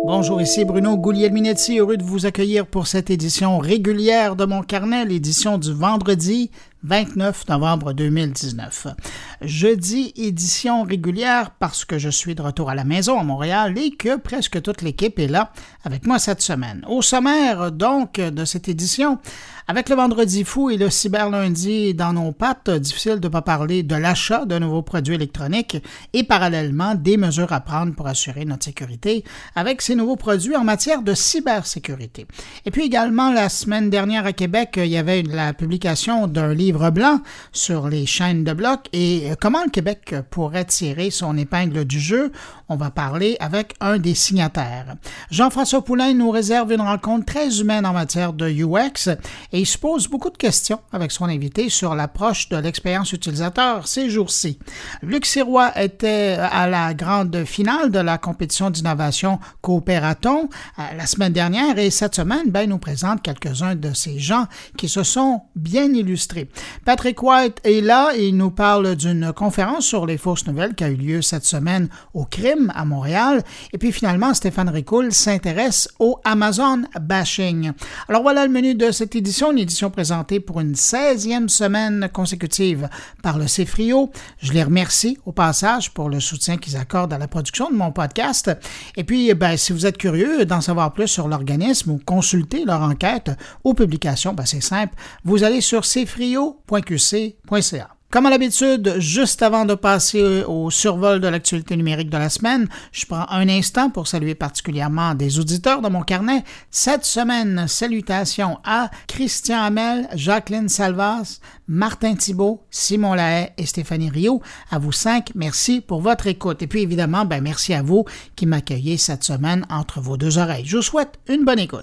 Bonjour, ici Bruno Guglielminetti, heureux de vous accueillir pour cette édition régulière de mon carnet, l'édition du vendredi 29 novembre 2019. Jeudi, édition régulière parce que je suis de retour à la maison à Montréal et que presque toute l'équipe est là avec moi cette semaine. Au sommaire donc de cette édition, avec le vendredi fou et le cyberlundi dans nos pattes, difficile de ne pas parler de l'achat de nouveaux produits électroniques et parallèlement des mesures à prendre pour assurer notre sécurité avec ces nouveaux produits en matière de cybersécurité. Et puis également, la semaine dernière à Québec, il y avait la publication d'un livre blanc sur les chaînes de blocs et comment le Québec pourrait tirer son épingle du jeu. On va parler avec un des signataires. Jean-François Poulain nous réserve une rencontre très humaine en matière de UX et il se pose beaucoup de questions avec son invité sur l'approche de l'expérience utilisateur ces jours-ci. Luc Sirois était à la grande finale de la compétition d'innovation Coopératon la semaine dernière et cette semaine, il nous présente quelques-uns de ces gens qui se sont bien illustrés. Patrick White est là et il nous parle d'une conférence sur les fausses nouvelles qui a eu lieu cette semaine au CRIM à Montréal. Et puis finalement, Stéphane Ricoul s'intéresse au Amazon bashing. Alors voilà le menu de cette édition, une édition présentée pour une 16e semaine consécutive par le CFRIO. Je les remercie au passage pour le soutien qu'ils accordent à la production de mon podcast. Et puis, si vous êtes curieux d'en savoir plus sur l'organisme ou consulter leur enquête ou publication, c'est simple, vous allez sur cfrio.qc.ca. Comme à l'habitude, juste avant de passer au survol de l'actualité numérique de la semaine, je prends un instant pour saluer particulièrement des auditeurs de mon carnet. Cette semaine, salutations à Christian Hamel, Jacqueline Salvas, Martin Thibault, Simon Lahaye et Stéphanie Rioux. À vous 5, merci pour votre écoute. Et puis évidemment, merci à vous qui m'accueillez cette semaine entre vos deux oreilles. Je vous souhaite une bonne écoute.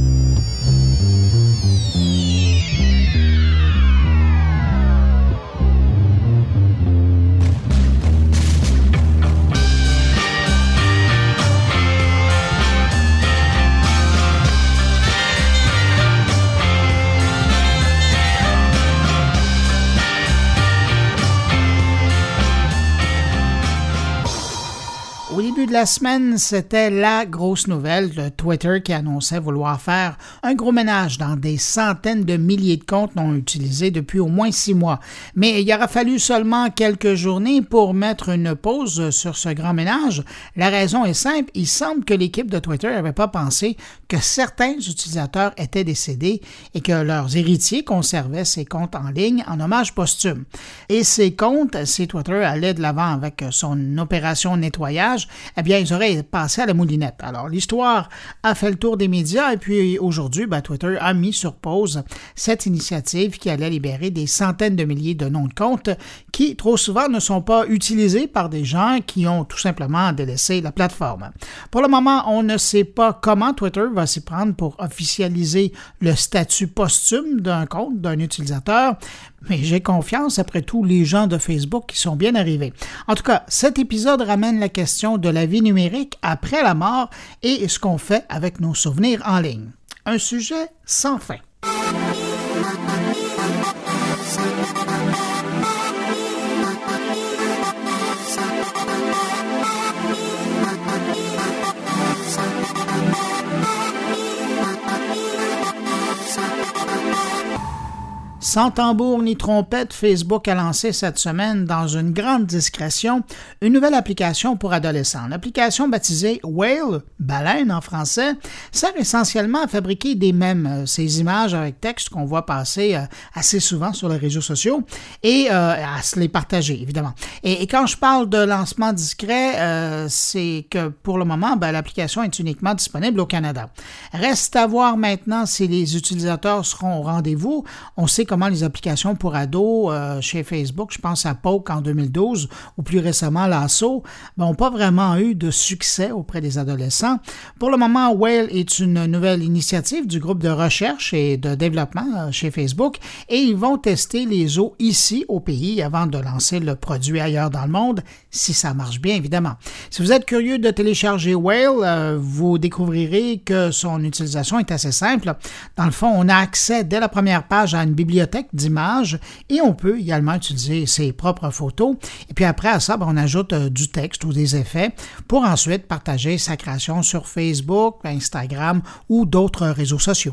Au début de la semaine, c'était la grosse nouvelle de Twitter qui annonçait vouloir faire un gros ménage dans des centaines de milliers de comptes non utilisés depuis au moins 6 mois. Mais il aura fallu seulement quelques journées pour mettre une pause sur ce grand ménage. La raison est simple, il semble que l'équipe de Twitter n'avait pas pensé que certains utilisateurs étaient décédés et que leurs héritiers conservaient ces comptes en ligne en hommage posthume. Et ces comptes, si Twitter allait de l'avant avec son opération nettoyage, ils auraient passé à la moulinette. Alors, l'histoire a fait le tour des médias et puis aujourd'hui, Twitter a mis sur pause cette initiative qui allait libérer des centaines de milliers de noms de comptes qui, trop souvent, ne sont pas utilisés par des gens qui ont tout simplement délaissé la plateforme. Pour le moment, on ne sait pas comment Twitter va s'y prendre pour officialiser le statut posthume d'un compte, d'un utilisateur, mais j'ai confiance, après tout, les gens de Facebook qui sont bien arrivés. En tout cas, cet épisode ramène la question de la vie numérique après la mort et ce qu'on fait avec nos souvenirs en ligne. Un sujet sans fin. Sans tambour ni trompette, Facebook a lancé cette semaine, dans une grande discrétion, une nouvelle application pour adolescents. L'application baptisée Whale, baleine en français, sert essentiellement à fabriquer des mèmes, ces images avec texte qu'on voit passer assez souvent sur les réseaux sociaux et à se les partager, évidemment. Et quand je parle de lancement discret, c'est que pour le moment, l'application est uniquement disponible au Canada. Reste à voir maintenant si les utilisateurs seront au rendez-vous. On sait comment les applications pour ados chez Facebook, je pense à Poke en 2012 ou plus récemment Lasso, n'ont pas vraiment eu de succès auprès des adolescents. Pour le moment, Whale est une nouvelle initiative du groupe de recherche et de développement chez Facebook et ils vont tester les eaux ici au pays avant de lancer le produit ailleurs dans le monde, si ça marche bien évidemment. Si vous êtes curieux de télécharger Whale, vous découvrirez que son utilisation est assez simple. Dans le fond, on a accès dès la première page à une bibliothèque bibliothèque d'images et on peut également utiliser ses propres photos. Et puis après à ça, on ajoute du texte ou des effets pour ensuite partager sa création sur Facebook, Instagram ou d'autres réseaux sociaux.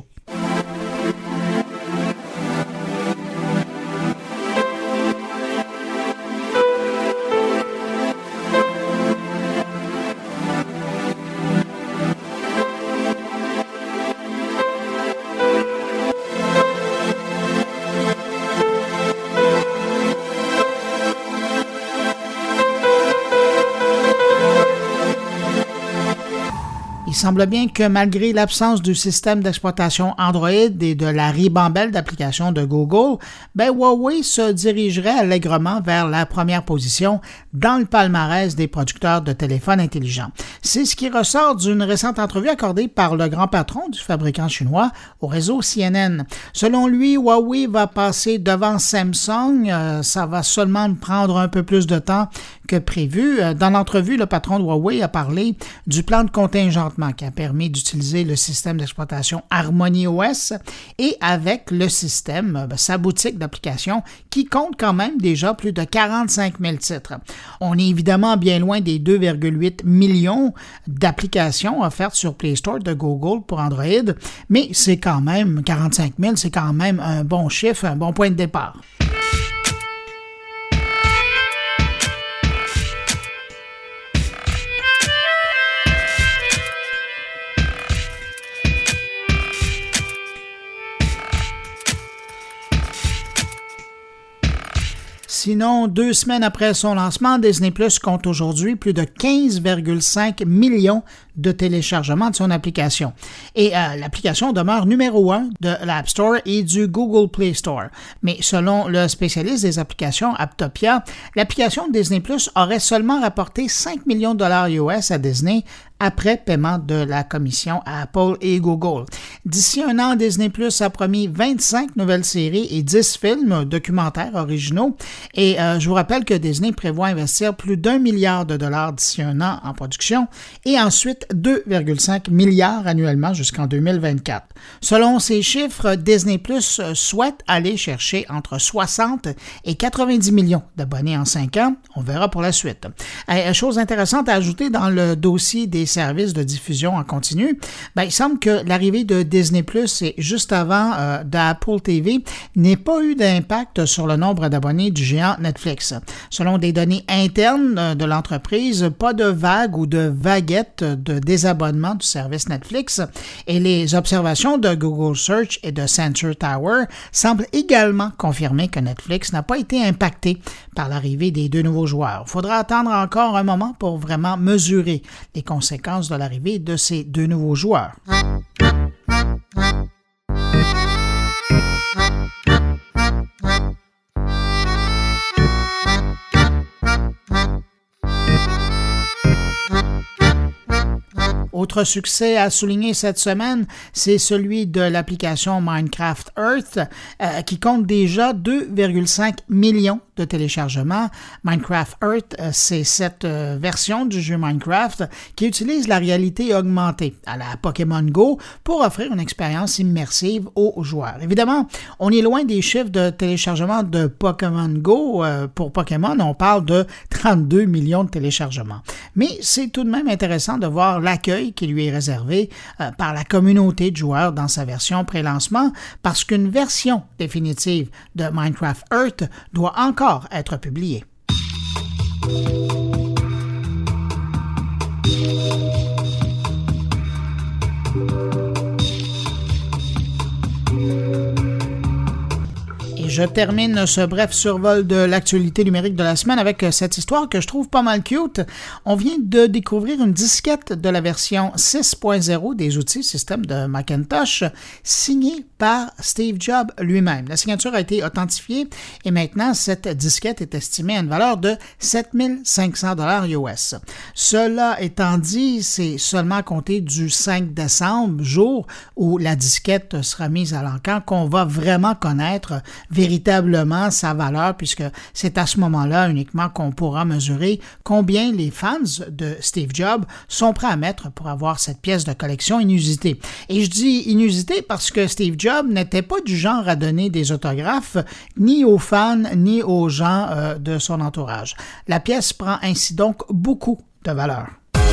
Il semble bien que malgré l'absence du système d'exploitation Android et de la ribambelle d'applications de Google, Huawei se dirigerait allègrement vers la première position dans le palmarès des producteurs de téléphones intelligents. C'est ce qui ressort d'une récente entrevue accordée par le grand patron du fabricant chinois au réseau CNN. Selon lui, Huawei va passer devant Samsung. Ça va seulement prendre un peu plus de temps que prévu. Dans l'entrevue, le patron de Huawei a parlé du plan de contingentement qui a permis d'utiliser le système d'exploitation HarmonyOS et avec le système, sa boutique d'applications qui compte quand même déjà plus de 45 000 titres. On est évidemment bien loin des 2,8 millions d'applications offertes sur Play Store de Google pour Android, mais c'est quand même 45 000, c'est quand même un bon chiffre, un bon point de départ. Sinon, 2 semaines après son lancement, Disney Plus compte aujourd'hui plus de 15,5 millions de téléchargements de son application. Et l'application demeure numéro 1 de l'App Store et du Google Play Store. Mais selon le spécialiste des applications Apptopia, l'application Disney Plus aurait seulement rapporté 5 millions de dollars US à Disney après paiement de la commission à Apple et Google. D'ici un an, Disney Plus a promis 25 nouvelles séries et 10 films documentaires originaux. Et je vous rappelle que Disney prévoit investir plus d'1 milliard de dollars d'ici un an en production et ensuite 2,5 milliards annuellement jusqu'en 2024. Selon ces chiffres, Disney Plus souhaite aller chercher entre 60 et 90 millions d'abonnés en 5 ans. On verra pour la suite. Chose intéressante à ajouter dans le dossier des services de diffusion en continu, il semble que l'arrivée de Disney Plus et juste avant d'Apple TV n'ait pas eu d'impact sur le nombre d'abonnés du géant Netflix. Selon des données internes de l'entreprise, pas de vague ou de vaguette de désabonnement du service Netflix et les observations de Google Search et de Sensor Tower semblent également confirmer que Netflix n'a pas été impacté par l'arrivée des 2 nouveaux joueurs. Il faudra attendre encore un moment pour vraiment mesurer les conséquences de l'arrivée de ces 2 nouveaux joueurs. Autre succès à souligner cette semaine, c'est celui de l'application Minecraft Earth qui compte déjà 2,5 millions de téléchargements. Minecraft Earth, c'est cette version du jeu Minecraft qui utilise la réalité augmentée à la Pokémon Go pour offrir une expérience immersive aux joueurs. Évidemment, on est loin des chiffres de téléchargement de Pokémon Go. Pour Pokémon, on parle de 32 millions de téléchargements. Mais c'est tout de même intéressant de voir l'accueil qui lui est réservé par la communauté de joueurs dans sa version pré-lancement parce qu'une version définitive de Minecraft Earth doit encore être publiée. Je termine ce bref survol de l'actualité numérique de la semaine avec cette histoire que je trouve pas mal cute. On vient de découvrir une disquette de la version 6.0 des outils système de Macintosh signée par Steve Jobs lui-même. La signature a été authentifiée et maintenant cette disquette est estimée à une valeur de 7 500 $ US. Cela étant dit, c'est seulement à compter du 5 décembre, jour où la disquette sera mise à l'encan, qu'on va vraiment connaître véritablement véritablement sa valeur, puisque c'est à ce moment-là uniquement qu'on pourra mesurer combien les fans de Steve Jobs sont prêts à mettre pour avoir cette pièce de collection inusitée. Et je dis inusitée parce que Steve Jobs n'était pas du genre à donner des autographes ni aux fans ni aux gens de son entourage. La pièce prend ainsi donc beaucoup de valeur.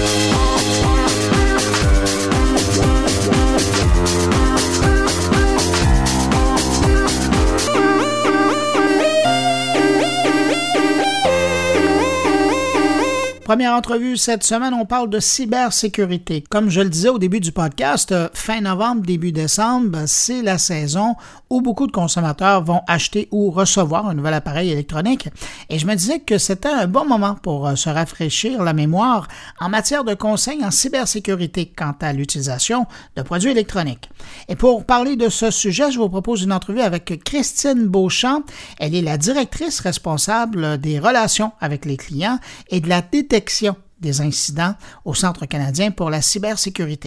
Première entrevue cette semaine, on parle de cybersécurité. Comme je le disais au début du podcast, fin novembre, début décembre, c'est la saison où beaucoup de consommateurs vont acheter ou recevoir un nouvel appareil électronique. Et je me disais que c'était un bon moment pour se rafraîchir la mémoire en matière de conseils en cybersécurité quant à l'utilisation de produits électroniques. Et pour parler de ce sujet, je vous propose une entrevue avec Christine Beauchamp. Elle est la directrice responsable des relations avec les clients et de la détection des incidents au Centre canadien pour la cybersécurité.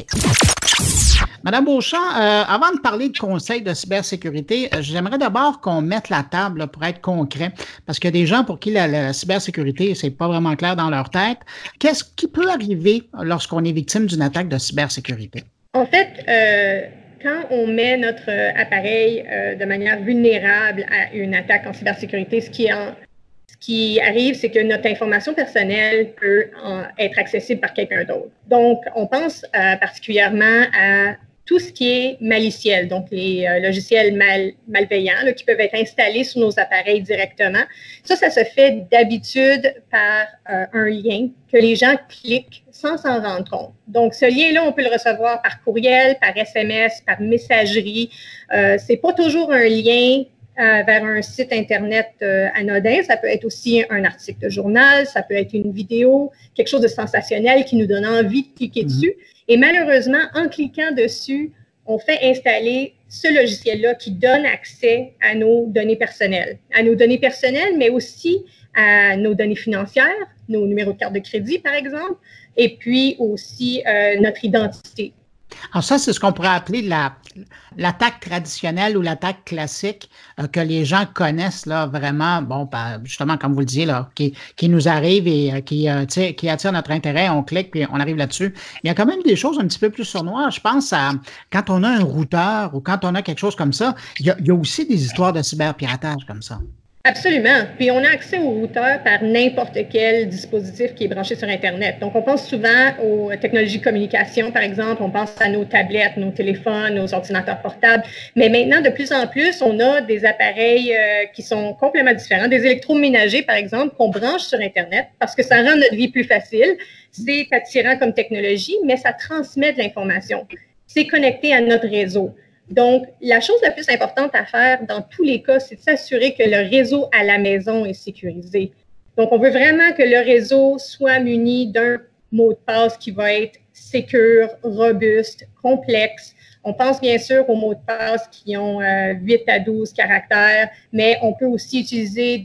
Madame Beauchamp, avant de parler de conseils de cybersécurité, j'aimerais d'abord qu'on mette la table là, pour être concret, parce qu'il y a des gens pour qui la cybersécurité, c'est pas vraiment clair dans leur tête. Qu'est-ce qui peut arriver lorsqu'on est victime d'une attaque de cybersécurité? En fait, quand on met notre appareil de manière vulnérable à une attaque en cybersécurité, ce qui arrive, c'est que notre information personnelle peut être accessible par quelqu'un d'autre. Donc, on pense particulièrement à tout ce qui est maliciel, donc les logiciels malveillants là, qui peuvent être installés sur nos appareils directement. Ça se fait d'habitude par un lien que les gens cliquent sans s'en rendre compte. Donc, ce lien-là, on peut le recevoir par courriel, par SMS, par messagerie. C'est pas toujours un lien vers un site Internet anodin. Ça peut être aussi un article de journal, ça peut être une vidéo, quelque chose de sensationnel qui nous donne envie de cliquer dessus. Et malheureusement, en cliquant dessus, on fait installer ce logiciel-là qui donne accès à nos données personnelles. À nos données personnelles, mais aussi à nos données financières, nos numéros de carte de crédit, par exemple, et puis aussi notre identité. Alors ça, c'est ce qu'on pourrait appeler l'attaque traditionnelle ou l'attaque classique que les gens connaissent là vraiment, bon, justement, comme vous le disiez, là, qui nous arrive et qui attire notre intérêt, on clique puis on arrive là-dessus. Il y a quand même des choses un petit peu plus sournoises. Je pense à quand on a un routeur ou quand on a quelque chose comme ça, il y a aussi des histoires de cyberpiratage comme ça. Absolument. Puis, on a accès au routeur par n'importe quel dispositif qui est branché sur Internet. Donc, on pense souvent aux technologies de communication, par exemple. On pense à nos tablettes, nos téléphones, nos ordinateurs portables. Mais maintenant, de plus en plus, on a des appareils qui sont complètement différents. Des électroménagers, par exemple, qu'on branche sur Internet parce que ça rend notre vie plus facile. C'est attirant comme technologie, mais ça transmet de l'information. C'est connecté à notre réseau. Donc, la chose la plus importante à faire dans tous les cas, c'est de s'assurer que le réseau à la maison est sécurisé. Donc, on veut vraiment que le réseau soit muni d'un mot de passe qui va être sécure, robuste, complexe. On pense bien sûr aux mots de passe qui ont 8 à 12 caractères, mais on peut aussi utiliser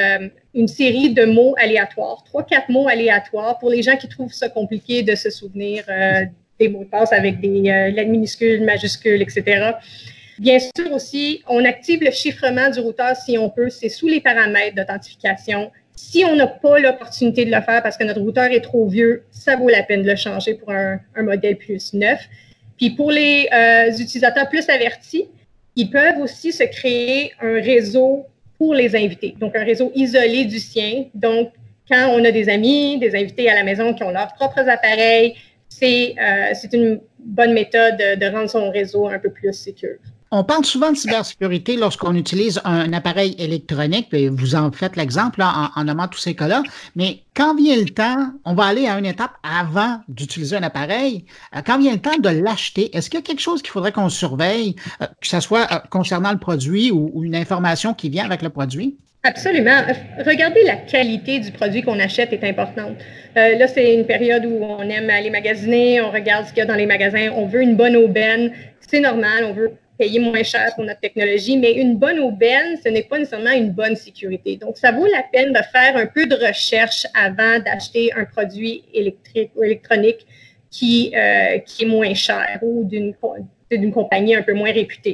une série de mots aléatoires, 3-4 mots aléatoires pour les gens qui trouvent ça compliqué de se souvenir des mots de passe avec des lettres minuscules, majuscules, etc. Bien sûr aussi, on active le chiffrement du routeur si on peut. C'est sous les paramètres d'authentification. Si on n'a pas l'opportunité de le faire parce que notre routeur est trop vieux, ça vaut la peine de le changer pour un modèle plus neuf. Puis pour les utilisateurs plus avertis, ils peuvent aussi se créer un réseau pour les invités. Donc, un réseau isolé du sien. Donc, quand on a des amis, des invités à la maison qui ont leurs propres appareils, c'est une bonne méthode de rendre son réseau un peu plus sécure. On parle souvent de cybersécurité lorsqu'on utilise un appareil électronique, et vous en faites l'exemple là, en nommant tous ces cas-là, mais quand vient le temps, on va aller à une étape avant d'utiliser un appareil, quand vient le temps de l'acheter, est-ce qu'il y a quelque chose qu'il faudrait qu'on surveille, que ce soit concernant le produit ou une information qui vient avec le produit? Absolument. Regarder la qualité du produit qu'on achète est importante. Là, c'est une période où on aime aller magasiner, on regarde ce qu'il y a dans les magasins, on veut une bonne aubaine, c'est normal, on veut payer moins cher pour notre technologie, mais une bonne aubaine, ce n'est pas nécessairement une bonne sécurité. Donc, ça vaut la peine de faire un peu de recherche avant d'acheter un produit électrique ou électronique qui est moins cher ou d'une compagnie un peu moins réputée.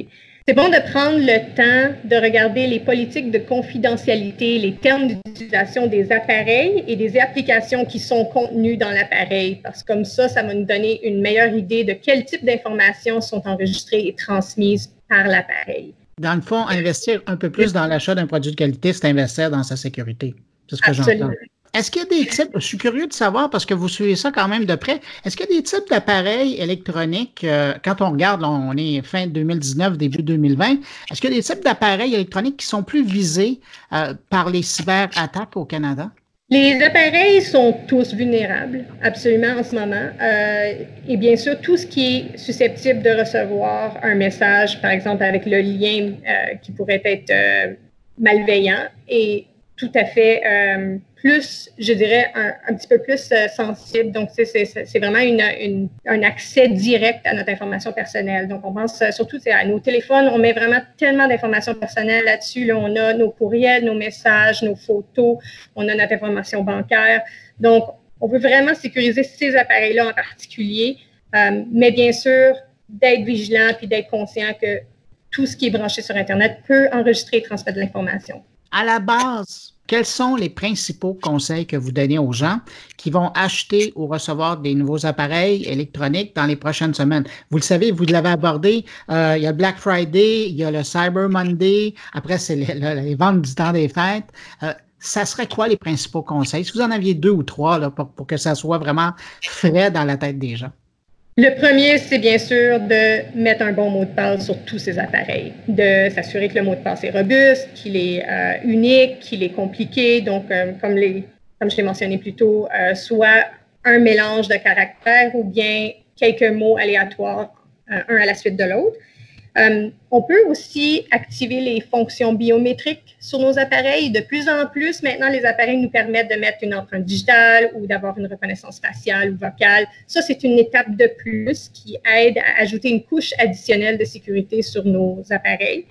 C'est bon de prendre le temps de regarder les politiques de confidentialité, les termes d'utilisation des appareils et des applications qui sont contenues dans l'appareil, parce que comme ça va nous donner une meilleure idée de quel type d'informations sont enregistrées et transmises par l'appareil. Dans le fond, investir un peu plus dans l'achat d'un produit de qualité, c'est investir dans sa sécurité. C'est ce que j'entends. Est-ce qu'il y a des types, je suis curieux de savoir, parce que vous suivez ça quand même de près, est-ce qu'il y a des types d'appareils électroniques, quand on regarde, là, on est fin 2019, début 2020, est-ce qu'il y a des types d'appareils électroniques qui sont plus visés par les cyberattaques au Canada? Les appareils sont tous vulnérables, absolument, en ce moment. Et bien sûr, tout ce qui est susceptible de recevoir un message, par exemple, avec le lien qui pourrait être malveillant, est tout à fait plus, je dirais, un petit peu plus sensible. Donc, c'est vraiment un accès direct à notre information personnelle. Donc, on pense surtout à nos téléphones. On met vraiment tellement d'informations personnelles là-dessus. Là, on a nos courriels, nos messages, nos photos. On a notre information bancaire. Donc, on veut vraiment sécuriser ces appareils-là en particulier. Mais bien sûr, d'être vigilant puis d'être conscient que tout ce qui est branché sur Internet peut enregistrer et transmettre de l'information. À la base, quels sont les principaux conseils que vous donnez aux gens qui vont acheter ou recevoir des nouveaux appareils électroniques dans les prochaines semaines? Vous le savez, vous l'avez abordé, il y a Black Friday, il y a le Cyber Monday, après c'est les ventes du temps des fêtes. Ça serait quoi les principaux conseils? Si vous en aviez 2 ou 3 là, pour que ça soit vraiment frais dans la tête des gens. Le premier, c'est bien sûr de mettre un bon mot de passe sur tous ces appareils, de s'assurer que le mot de passe est robuste, qu'il est unique, qu'il est compliqué, donc comme je l'ai mentionné plus tôt, soit un mélange de caractères ou bien quelques mots aléatoires, un à la suite de l'autre. On peut aussi activer les fonctions biométriques sur nos appareils. De plus en plus, maintenant, les appareils nous permettent de mettre une empreinte digitale ou d'avoir une reconnaissance faciale ou vocale. Ça, c'est une étape de plus qui aide à ajouter une couche additionnelle de sécurité sur nos appareils.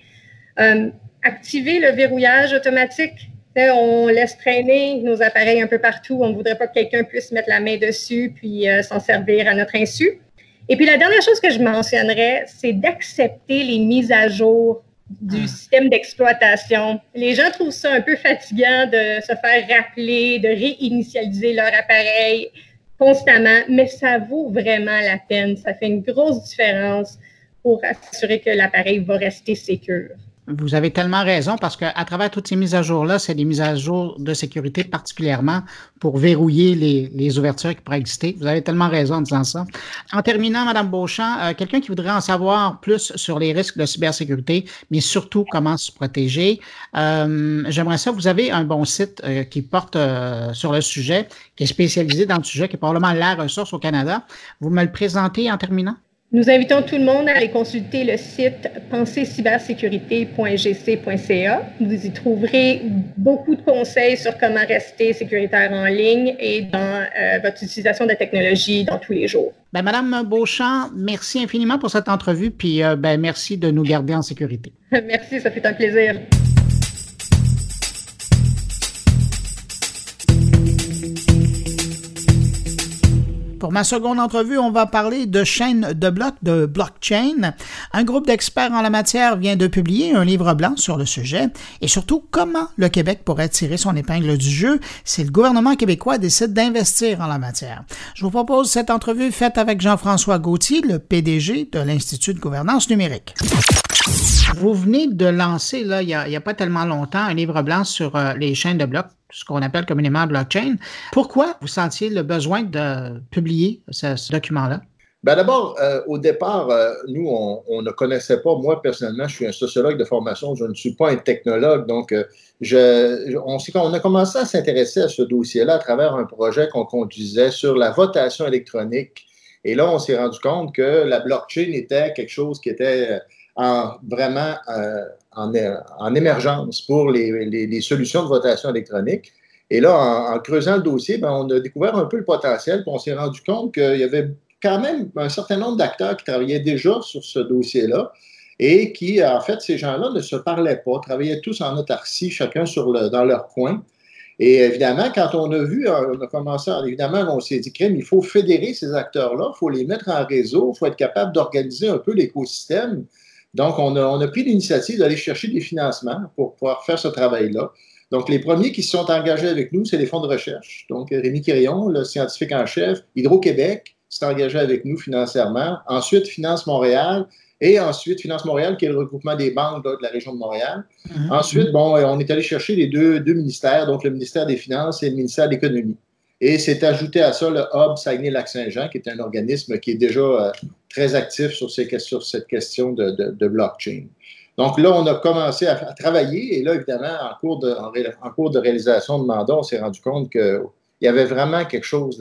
Activer le verrouillage automatique. On laisse traîner nos appareils un peu partout. On ne voudrait pas que quelqu'un puisse mettre la main dessus puis s'en servir à notre insu. Et puis, la dernière chose que je mentionnerais, c'est d'accepter les mises à jour du système d'exploitation. Les gens trouvent ça un peu fatigant de se faire rappeler, de réinitialiser leur appareil constamment, mais ça vaut vraiment la peine. Ça fait une grosse différence pour assurer que l'appareil va rester sécure. Vous avez tellement raison parce qu'à travers toutes ces mises à jour-là, c'est des mises à jour de sécurité particulièrement pour verrouiller les ouvertures qui pourraient exister. Vous avez tellement raison en disant ça. En terminant, Mme Beauchamp, quelqu'un qui voudrait en savoir plus sur les risques de cybersécurité, mais surtout comment se protéger, j'aimerais ça. Vous avez un bon site qui porte sur le sujet, qui est spécialisé dans le sujet, qui est probablement la ressource au Canada. Vous me le présentez en terminant? Nous invitons tout le monde à aller consulter le site pensercybersécurité.gc.ca. Vous y trouverez beaucoup de conseils sur comment rester sécuritaire en ligne et dans votre utilisation de la technologie dans tous les jours. Madame Beauchamp, merci infiniment pour cette entrevue, puis merci de nous garder en sécurité. Merci, ça fait un plaisir. Pour ma seconde entrevue, on va parler de chaîne de blocs, de blockchain. Un groupe d'experts en la matière vient de publier un livre blanc sur le sujet et surtout comment le Québec pourrait tirer son épingle du jeu si le gouvernement québécois décide d'investir en la matière. Je vous propose cette entrevue faite avec Jean-François Gauthier, le PDG de l'Institut de gouvernance numérique. Vous venez de lancer, là, il y a pas tellement longtemps, un livre blanc sur les chaînes de blocs, ce qu'on appelle communément blockchain. Pourquoi vous sentiez le besoin de publier ce document-là? D'abord, au départ, nous, on ne connaissait pas, moi personnellement, je suis un sociologue de formation, je ne suis pas un technologue, donc on a commencé à s'intéresser à ce dossier-là à travers un projet qu'on conduisait sur la votation électronique. Et là, on s'est rendu compte que la blockchain était quelque chose qui était vraiment en émergence pour les solutions de votation électronique. Et là, en creusant le dossier, on a découvert un peu le potentiel, puis on s'est rendu compte qu'il y avait quand même un certain nombre d'acteurs qui travaillaient déjà sur ce dossier-là et qui, en fait, ces gens-là ne se parlaient pas, travaillaient tous en autarcie, chacun dans leur coin. Et évidemment, quand on a vu, on a commencé, évidemment, on s'est dit, crème, il faut fédérer ces acteurs-là, il faut les mettre en réseau, il faut être capable d'organiser un peu l'écosystème Donc, on a pris l'initiative d'aller chercher des financements pour pouvoir faire ce travail-là. Donc, les premiers qui se sont engagés avec nous, c'est les fonds de recherche. Donc, Rémi Quirion, le scientifique en chef, Hydro-Québec, s'est engagé avec nous financièrement. Ensuite, Finance Montréal. Et ensuite, Finance Montréal, qui est le regroupement des banques là, de la région de Montréal. Ensuite, bon, on est allé chercher les deux ministères, donc le ministère des Finances et le ministère de l'Économie. Et c'est ajouté à ça le Hub Saguenay-Lac-Saint-Jean, qui est un organisme qui est déjà très actif sur cette question de blockchain. Donc là, on a commencé à travailler et là, évidemment, en cours de réalisation de mandat, on s'est rendu compte qu'il y avait vraiment quelque chose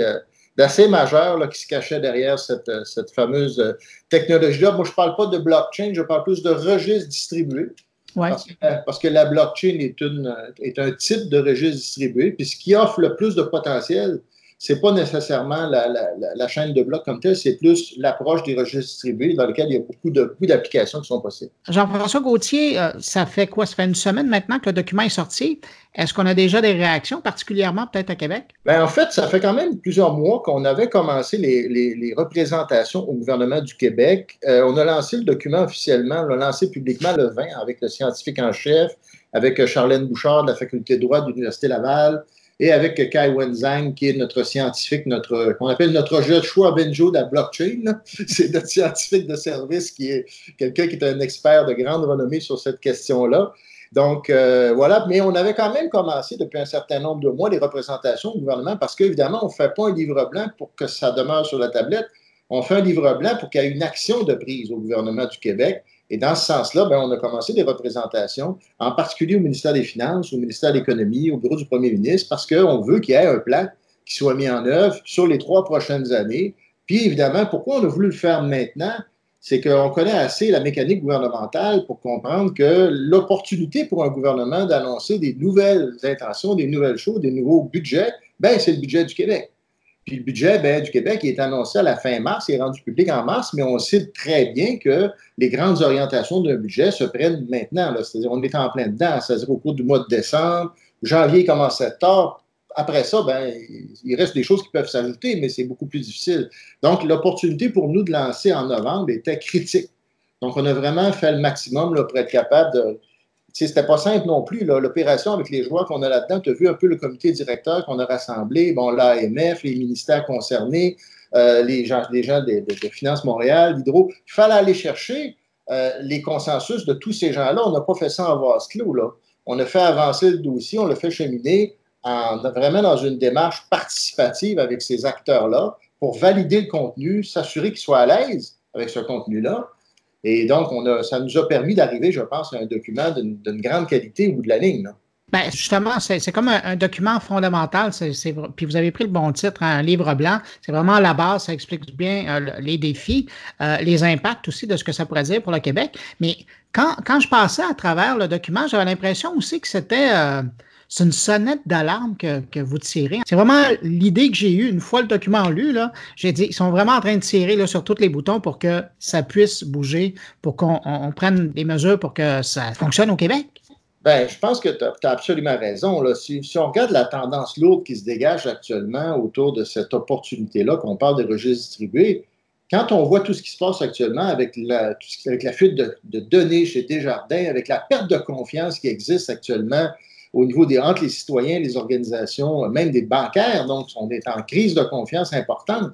d'assez majeur là, qui se cachait derrière cette fameuse technologie-là. Moi, je ne parle pas de blockchain, je parle plus de registre distribué. Ouais. Parce que la blockchain est un type de registre distribué, puis ce qui offre le plus de potentiel, c'est pas nécessairement la chaîne de blocs comme telle, c'est plus l'approche des registres distribués dans lequel il y a beaucoup d'applications qui sont possibles. Jean-François Gauthier, ça fait quoi? Ça fait une semaine maintenant que le document est sorti. Est-ce qu'on a déjà des réactions, particulièrement peut-être à Québec? Bien, en fait, ça fait quand même plusieurs mois qu'on avait commencé les représentations au gouvernement du Québec. On a lancé le document officiellement, on l'a lancé publiquement le 20 avec le scientifique en chef, avec Charlène Bouchard de la Faculté de droit de l'Université Laval, et avec Kai Wenzang, qui est notre scientifique, qu'on appelle notre Joshua Benjo de la blockchain. C'est notre scientifique de service qui est quelqu'un qui est un expert de grande renommée sur cette question-là. Donc, voilà. Mais on avait quand même commencé depuis un certain nombre de mois les représentations au gouvernement parce qu'évidemment, on ne fait pas un livre blanc pour que ça demeure sur la tablette. On fait un livre blanc pour qu'il y ait une action de prise au gouvernement du Québec. Et dans ce sens-là, bien, on a commencé des représentations, en particulier au ministère des Finances, au ministère de l'Économie, au bureau du premier ministre, parce qu'on veut qu'il y ait un plan qui soit mis en œuvre sur les 3 prochaines années. Puis, évidemment, pourquoi on a voulu le faire maintenant? C'est qu'on connaît assez la mécanique gouvernementale pour comprendre que l'opportunité pour un gouvernement d'annoncer des nouvelles intentions, des nouvelles choses, des nouveaux budgets, bien, c'est le budget du Québec. Puis le budget du Québec il est annoncé à la fin mars, il est rendu public en mars, mais on sait très bien que les grandes orientations d'un budget se prennent maintenant. Là. C'est-à-dire on est en plein dedans, c'est-à-dire au cours du mois de décembre, janvier commence à être tard. Après ça, ben, il reste des choses qui peuvent s'ajouter, mais c'est beaucoup plus difficile. Donc, l'opportunité pour nous de lancer en novembre était critique. Donc, on a vraiment fait le maximum là, pour être capable de... C'était pas simple non plus. L'opération avec les joueurs qu'on a là-dedans, tu as vu un peu le comité directeur qu'on a rassemblé, bon, l'AMF, les ministères concernés, les gens de Finance Montréal, Hydro. Il fallait aller chercher les consensus de tous ces gens-là. On n'a pas fait ça en vase clos. Là. On a fait avancer le dossier, on l'a fait cheminer vraiment dans une démarche participative avec ces acteurs-là pour valider le contenu, s'assurer qu'ils soient à l'aise avec ce contenu-là. Et donc, ça nous a permis d'arriver, je pense, à un document d'une grande qualité au bout de la ligne. Là. Bien, justement, c'est comme un document fondamental. Puis vous avez pris le bon titre, un livre blanc. C'est vraiment la base, ça explique bien les défis, les impacts aussi de ce que ça pourrait dire pour le Québec. Mais quand je passais à travers le document, j'avais l'impression aussi que c'était... c'est une sonnette d'alarme que vous tirez. C'est vraiment l'idée que j'ai eue une fois le document lu. Là, j'ai dit, ils sont vraiment en train de tirer là, sur tous les boutons pour que ça puisse bouger, pour qu'on prenne des mesures pour que ça fonctionne au Québec. Bien, je pense que tu as absolument raison. Là. Si on regarde la tendance lourde qui se dégage actuellement autour de cette opportunité-là, qu'on parle des registres distribués, quand on voit tout ce qui se passe actuellement avec la fuite de données chez Desjardins, avec la perte de confiance qui existe actuellement au niveau entre les citoyens, les organisations, même des bancaires, donc on est en crise de confiance importante.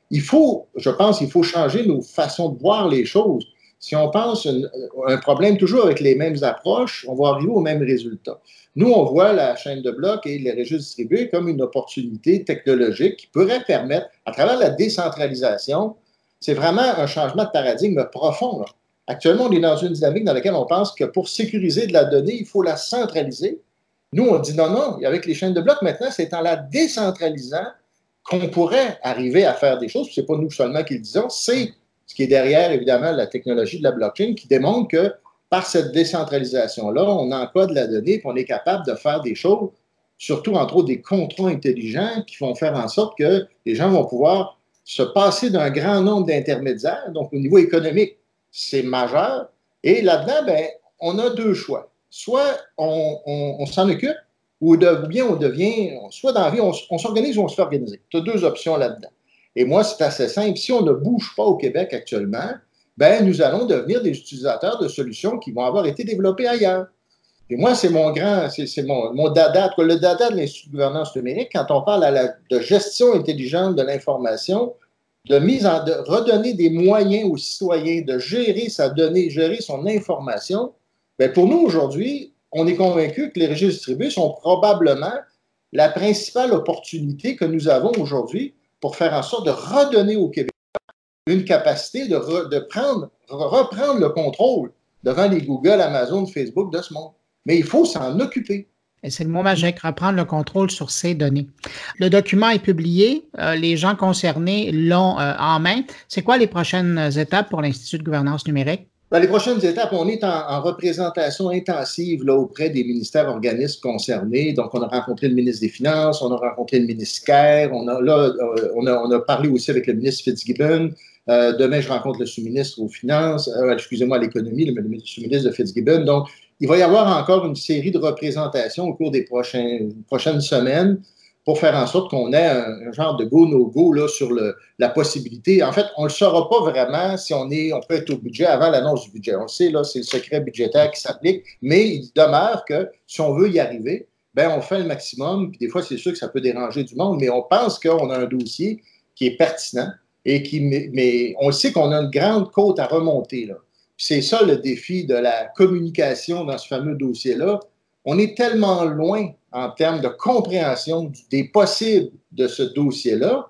Je pense qu'il faut changer nos façons de voir les choses. Si on pense un problème toujours avec les mêmes approches, on va arriver au même résultat. Nous, on voit la chaîne de blocs et les registres distribués comme une opportunité technologique qui pourrait permettre, à travers la décentralisation, c'est vraiment un changement de paradigme profond. Là. Actuellement, on est dans une dynamique dans laquelle on pense que pour sécuriser de la donnée, il faut la centraliser. Nous, on dit non, avec les chaînes de blocs, maintenant, c'est en la décentralisant qu'on pourrait arriver à faire des choses. Ce n'est pas nous seulement qui le disons, c'est ce qui est derrière, évidemment, la technologie de la blockchain qui démontre que par cette décentralisation-là, on encode la donnée et on est capable de faire des choses, surtout, entre autres, des contrats intelligents qui vont faire en sorte que les gens vont pouvoir se passer d'un grand nombre d'intermédiaires. Donc, au niveau économique, c'est majeur. Et là-dedans, ben, on a 2 choix. Soit on s'en occupe, ou bien on devient, soit dans la vie, on s'organise ou on se fait organiser. Tu as 2 options là-dedans. Et moi, c'est assez simple. Si on ne bouge pas au Québec actuellement, ben nous allons devenir des utilisateurs de solutions qui vont avoir été développées ailleurs. Et moi, c'est mon dada, le dada de l'Institut de gouvernance numérique, quand on parle de gestion intelligente de l'information, de redonner des moyens aux citoyens de gérer sa donnée, gérer son information. Bien, pour nous, aujourd'hui, on est convaincu que les registres distribués sont probablement la principale opportunité que nous avons aujourd'hui pour faire en sorte de redonner au Québec une capacité de reprendre le contrôle devant les Google, Amazon, Facebook de ce monde. Mais il faut s'en occuper. Et c'est le mot magique, reprendre le contrôle sur ces données. Le document est publié, les gens concernés l'ont en main. C'est quoi les prochaines étapes pour l'Institut de gouvernance numérique? Dans les prochaines étapes, on est en représentation intensive là, auprès des ministères organismes concernés. Donc, on a rencontré le ministre des Finances, on a rencontré le ministre Kerr, on a parlé aussi avec le ministre Fitzgibbon. Demain, je rencontre le sous-ministre aux Finances, à l'économie, le sous-ministre de Fitzgibbon. Donc, il va y avoir encore une série de représentations au cours des prochaines semaines pour faire en sorte qu'on ait un genre de go-no-go là, sur la possibilité. En fait, on ne le saura pas vraiment si on peut être au budget avant l'annonce du budget. On le sait, là, c'est le secret budgétaire qui s'applique, mais il demeure que si on veut y arriver, ben on fait le maximum. Puis des fois, c'est sûr que ça peut déranger du monde, mais on pense qu'on a un dossier qui est pertinent et mais on sait qu'on a une grande côte à remonter, là. C'est ça le défi de la communication dans ce fameux dossier-là. On est tellement loin en termes de compréhension des possibles de ce dossier-là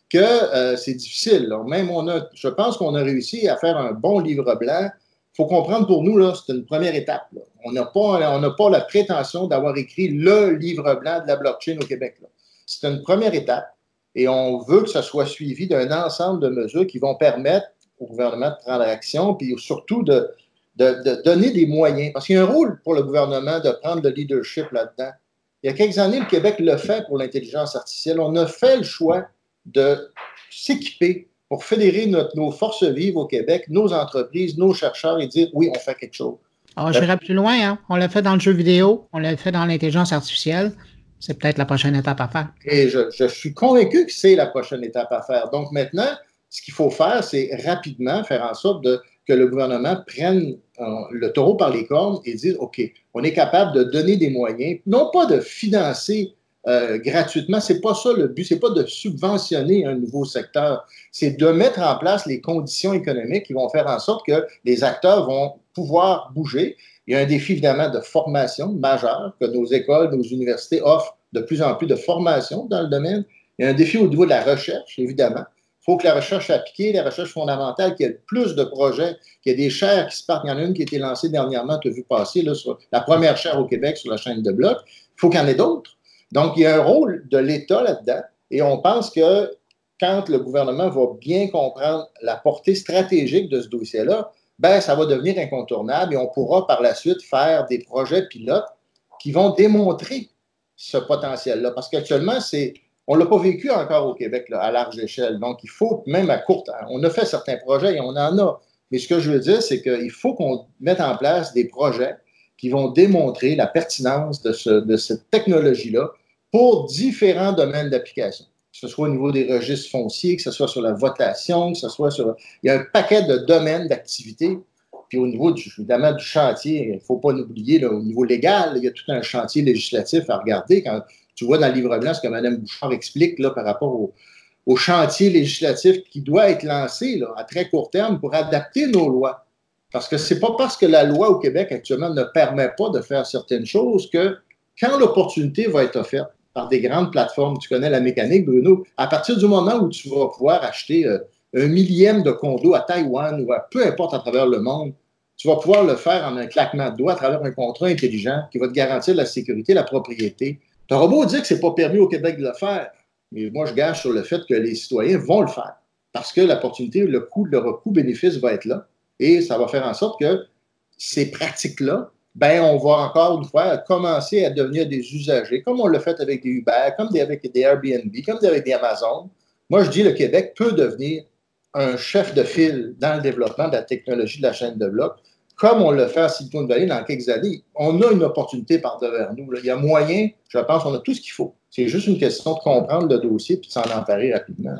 que c'est difficile. Là. Même je pense qu'on a réussi à faire un bon livre blanc. Il faut comprendre pour nous, là, c'est une première étape. Là. On n'a pas la prétention d'avoir écrit le livre blanc de la blockchain au Québec. Là. C'est une première étape et on veut que ça soit suivi d'un ensemble de mesures qui vont permettre au gouvernement de prendre action, puis surtout de donner des moyens. Parce qu'il y a un rôle pour le gouvernement de prendre le leadership là-dedans. Il y a quelques années, le Québec l'a fait pour l'intelligence artificielle. On a fait le choix de s'équiper pour fédérer nos forces vives au Québec, nos entreprises, nos chercheurs et dire oui, on fait quelque chose. Alors, j'irai plus loin. Hein? On l'a fait dans le jeu vidéo, on l'a fait dans l'intelligence artificielle. C'est peut-être la prochaine étape à faire. Et je suis convaincu que c'est la prochaine étape à faire. Donc maintenant, ce qu'il faut faire, c'est rapidement faire en sorte que le gouvernement prenne le taureau par les cornes et dise, OK, on est capable de donner des moyens, non pas de financer gratuitement, c'est pas ça le but, c'est pas de subventionner un nouveau secteur, c'est de mettre en place les conditions économiques qui vont faire en sorte que les acteurs vont pouvoir bouger. Il y a un défi évidemment de formation majeur, que nos écoles, nos universités offrent de plus en plus de formation dans le domaine. Il y a un défi au niveau de la recherche, évidemment. Il faut que la recherche appliquée, la recherche fondamentale, qu'il y ait plus de projets, qu'il y ait des chaires qui se partent. Il y en a une qui a été lancée dernièrement, tu as vu passer, là, sur la première chaire au Québec sur la chaîne de blocs. Il faut qu'il y en ait d'autres. Donc, il y a un rôle de l'État là-dedans et on pense que quand le gouvernement va bien comprendre la portée stratégique de ce dossier-là, ben, ça va devenir incontournable et on pourra par la suite faire des projets pilotes qui vont démontrer ce potentiel-là. Parce qu'actuellement, on ne l'a pas vécu encore au Québec là, à large échelle. Donc, il faut, même à court terme, on a fait certains projets et on en a. Mais ce que je veux dire, c'est qu'il faut qu'on mette en place des projets qui vont démontrer la pertinence de cette technologie-là pour différents domaines d'application. Que ce soit au niveau des registres fonciers, que ce soit sur la votation, que ce soit sur... Il y a un paquet de domaines d'activité. Puis au niveau, évidemment, du chantier, il ne faut pas l'oublier, là, au niveau légal, il y a tout un chantier législatif à regarder. Quand tu vois dans le livre blanc ce que Mme Bouchard explique là, par rapport au chantier législatif qui doit être lancé là, à très court terme pour adapter nos lois. Parce que ce n'est pas parce que la loi au Québec actuellement ne permet pas de faire certaines choses que quand l'opportunité va être offerte par des grandes plateformes, tu connais la mécanique, Bruno, à partir du moment où tu vas pouvoir acheter un millième de condo à Taïwan ou peu importe à travers le monde, tu vas pouvoir le faire en un claquement de doigts à travers un contrat intelligent qui va te garantir la sécurité, la propriété. Tu auras beau dire que ce n'est pas permis au Québec de le faire, mais moi, je gage sur le fait que les citoyens vont le faire parce que l'opportunité, le coût-bénéfice va être là et ça va faire en sorte que ces pratiques-là, ben, on va encore une fois commencer à devenir des usagers, comme on l'a fait avec des Uber, comme avec des Airbnb, comme avec des Amazon. Moi, je dis que le Québec peut devenir un chef de file dans le développement de la technologie de la chaîne de blocs, comme on le fait à Silicon Valley dans quelques années. On a une opportunité par devers nous. Là. Il y a moyen, je pense, on a tout ce qu'il faut. C'est juste une question de comprendre le dossier et de s'en emparer rapidement.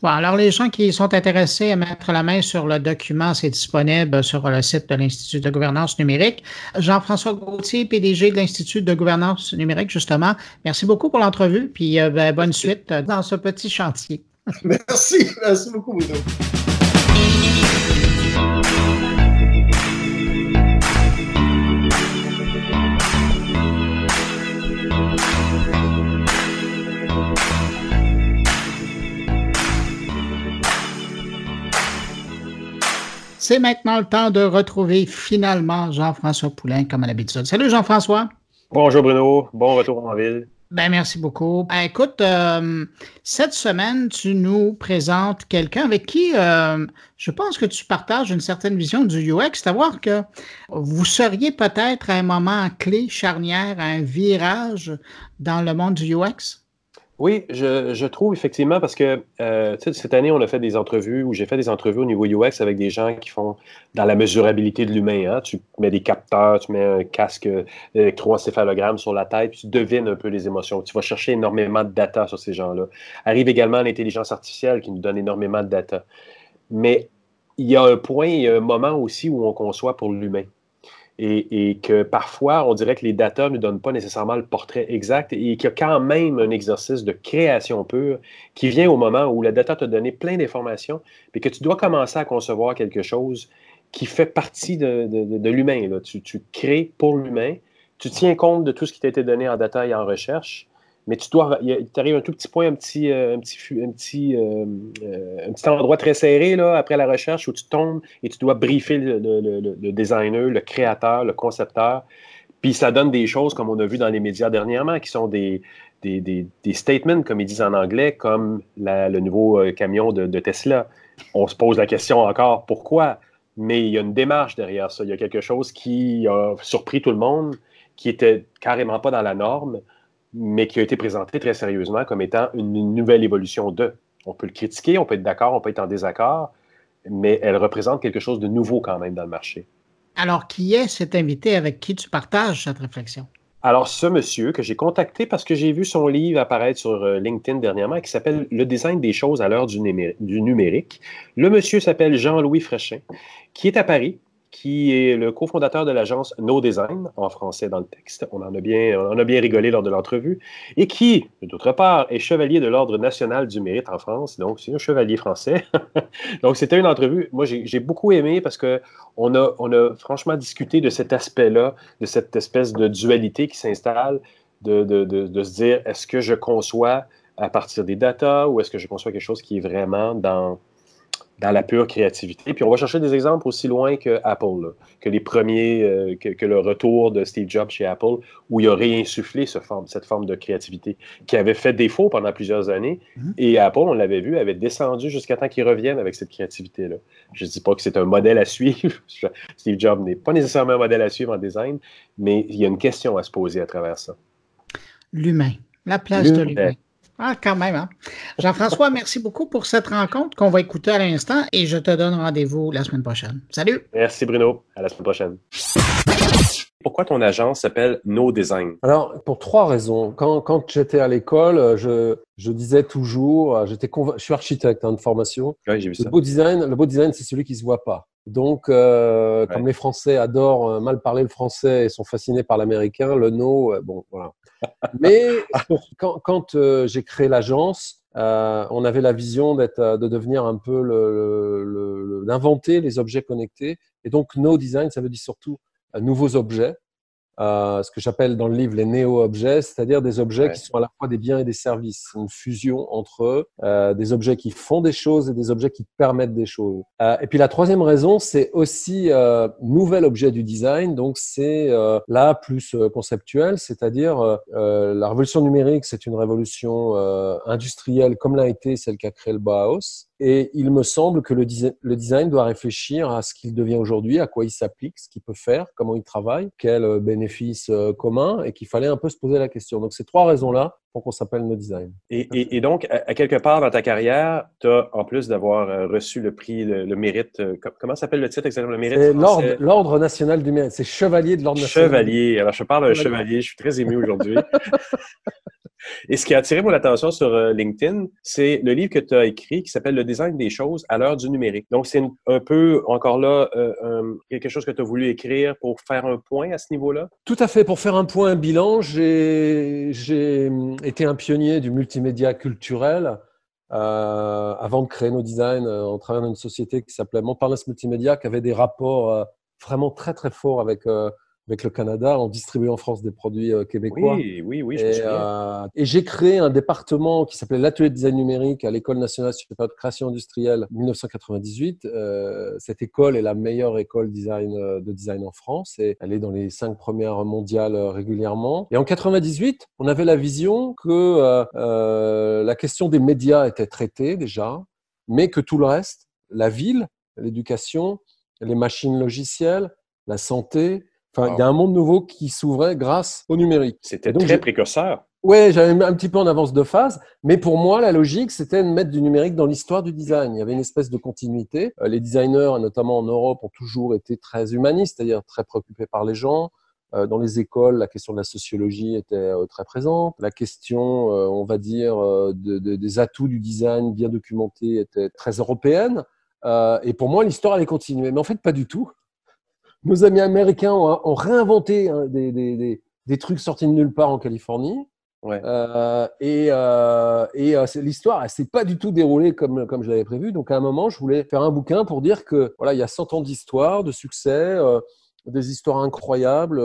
Bon, alors, les gens qui sont intéressés à mettre la main sur le document, c'est disponible sur le site de l'Institut de gouvernance numérique. Jean-François Gauthier, PDG de l'Institut de gouvernance numérique, justement. Merci beaucoup pour l'entrevue, puis bonne suite dans ce petit chantier. Merci beaucoup, Bruno. C'est maintenant le temps de retrouver finalement Jean-François Poulain, comme à l'habitude. Salut Jean-François. Bonjour Bruno, bon retour en ville. Ben, merci beaucoup. Écoute, cette semaine, tu nous présentes quelqu'un avec qui je pense que tu partages une certaine vision du UX, savoir que vous seriez peut-être à un moment clé, charnière, à un virage dans le monde du UX? Oui, je trouve effectivement parce que cette année, on a fait des entrevues ou j'ai fait des entrevues au niveau UX avec des gens qui font dans la mesurabilité de l'humain. Hein. Tu mets des capteurs, tu mets un casque électroencéphalogramme sur la tête, puis tu devines un peu les émotions. Tu vas chercher énormément de data sur ces gens-là. Arrive également l'intelligence artificielle qui nous donne énormément de data. Mais il y a un point, il y a un moment aussi où on conçoit pour l'humain. Et que parfois, on dirait que les data ne donnent pas nécessairement le portrait exact et qu'il y a quand même un exercice de création pure qui vient au moment où la data t'a donné plein d'informations et que tu dois commencer à concevoir quelque chose qui fait partie de l'humain. Là. Tu crées pour l'humain, tu tiens compte de tout ce qui t'a été donné en data et en recherche, mais tu arrives à un tout petit point, un petit endroit très serré là, après la recherche où tu tombes et tu dois briefer le designer, le créateur, le concepteur. Puis ça donne des choses comme on a vu dans les médias dernièrement qui sont des statements, comme ils disent en anglais, comme le nouveau camion de Tesla. On se pose la question encore, pourquoi? Mais il y a une démarche derrière ça. Il y a quelque chose qui a surpris tout le monde, qui était carrément pas dans la norme, mais qui a été présenté très sérieusement comme étant une nouvelle évolution de. On peut le critiquer, on peut être d'accord, on peut être en désaccord, mais elle représente quelque chose de nouveau quand même dans le marché. Alors, qui est cet invité avec qui tu partages cette réflexion? Alors, ce monsieur que j'ai contacté parce que j'ai vu son livre apparaître sur LinkedIn dernièrement qui s'appelle « Le design des choses à l'heure du numérique ». Le monsieur s'appelle Jean-Louis Fréchin, qui est à Paris, qui est le cofondateur de l'agence No Design, en français dans le texte. On en a bien rigolé lors de l'entrevue, et qui, d'autre part, est chevalier de l'Ordre national du mérite en France, donc c'est un chevalier français. Donc c'était une entrevue, moi j'ai beaucoup aimé parce qu'on a franchement discuté de cet aspect-là, de cette espèce de dualité qui s'installe, de se dire, est-ce que je conçois à partir des data ou est-ce que je conçois quelque chose qui est vraiment dans la pure créativité. Puis on va chercher des exemples aussi loin que Apple, là, que les premiers, que le retour de Steve Jobs chez Apple, où il a réinsufflé cette forme de créativité qui avait fait défaut pendant plusieurs années. Et Apple, on l'avait vu, avait descendu jusqu'à temps qu'il revienne avec cette créativité-là. Je ne dis pas que c'est un modèle à suivre. Steve Jobs n'est pas nécessairement un modèle à suivre en design, mais il y a une question à se poser à travers ça. L'humain, la place de l'humain. Ah, quand même, hein? Jean-François, merci beaucoup pour cette rencontre qu'on va écouter à l'instant et je te donne rendez-vous la semaine prochaine. Salut! Merci Bruno, à la semaine prochaine. Pourquoi ton agence s'appelle No Design? Alors, pour 3 raisons. Quand j'étais à l'école, je disais toujours, je suis architecte de formation. Oui, j'ai vu ça. Le beau design, c'est celui qui se voit pas. Donc, comme les Français adorent mal parler le français et sont fascinés par l'américain, le no, bon, voilà. Mais quand j'ai créé l'agence, on avait la vision de devenir un peu d'inventer les objets connectés. Et donc, no design, ça veut dire surtout nouveaux objets. Ce que j'appelle dans le livre les néo-objets, c'est-à-dire des objets qui sont à la fois des biens et des services, une fusion entre des objets qui font des choses et des objets qui permettent des choses. Et puis la troisième raison, c'est aussi nouvel objet du design, donc c'est là plus conceptuel, c'est-à-dire la révolution numérique, c'est une révolution industrielle comme l'a été celle qu'a créée le Bauhaus. Et il me semble que le design doit réfléchir à ce qu'il devient aujourd'hui, à quoi il s'applique, ce qu'il peut faire, comment il travaille, quels bénéfices communs, et qu'il fallait un peu se poser la question. Donc, ces 3 raisons-là font qu'on s'appelle No Design. Et donc, à quelque part dans ta carrière, tu as, en plus d'avoir reçu le prix, le mérite, comment s'appelle le titre exactement? Le mérite c'est l'Ordre national du mérite. C'est chevalier de l'Ordre national. Chevalier. Alors, je parle d'un chevalier. Je suis très ému aujourd'hui. Et ce qui a attiré mon attention sur LinkedIn, c'est le livre que tu as écrit qui s'appelle Le design des choses à l'heure du numérique. Donc, c'est un peu, encore là, quelque chose que tu as voulu écrire pour faire un point à ce niveau-là? Tout à fait. Pour faire un point, un bilan, j'ai été un pionnier du multimédia culturel avant de créer nos designs en travaillant dans une société qui s'appelait Montparnasse Multimédia, qui avait des rapports vraiment très, très forts avec le Canada, en distribuant en France des produits québécois. Oui, je me souviens. Et j'ai créé un département qui s'appelait l'Atelier de design numérique à l'École nationale supérieure de création industrielle 1998. Cette école est la meilleure école de design en France et elle est dans les 5 premières mondiales régulièrement. Et en 98, on avait la vision que la question des médias était traitée déjà, mais que tout le reste, la ville, l'éducation, les machines logicielles, la santé, enfin, il y a un monde nouveau qui s'ouvrait grâce au numérique. C'était très précurseur. Ouais, j'avais un petit peu en avance de phase, mais pour moi, la logique, c'était de mettre du numérique dans l'histoire du design. Il y avait une espèce de continuité. Les designers, notamment en Europe, ont toujours été très humanistes, c'est-à-dire très préoccupés par les gens. Dans les écoles, la question de la sociologie était très présente. La question, on va dire, des atouts du design bien documentés était très européenne. Et pour moi, l'histoire allait continuer. Mais en fait, pas du tout. Nos amis américains ont réinventé des trucs sortis de nulle part en Californie. Ouais. L'histoire, elle s'est pas du tout déroulée comme je l'avais prévu. Donc, à un moment, je voulais faire un bouquin pour dire que voilà, il y a 100 ans d'histoire, de succès, des histoires incroyables,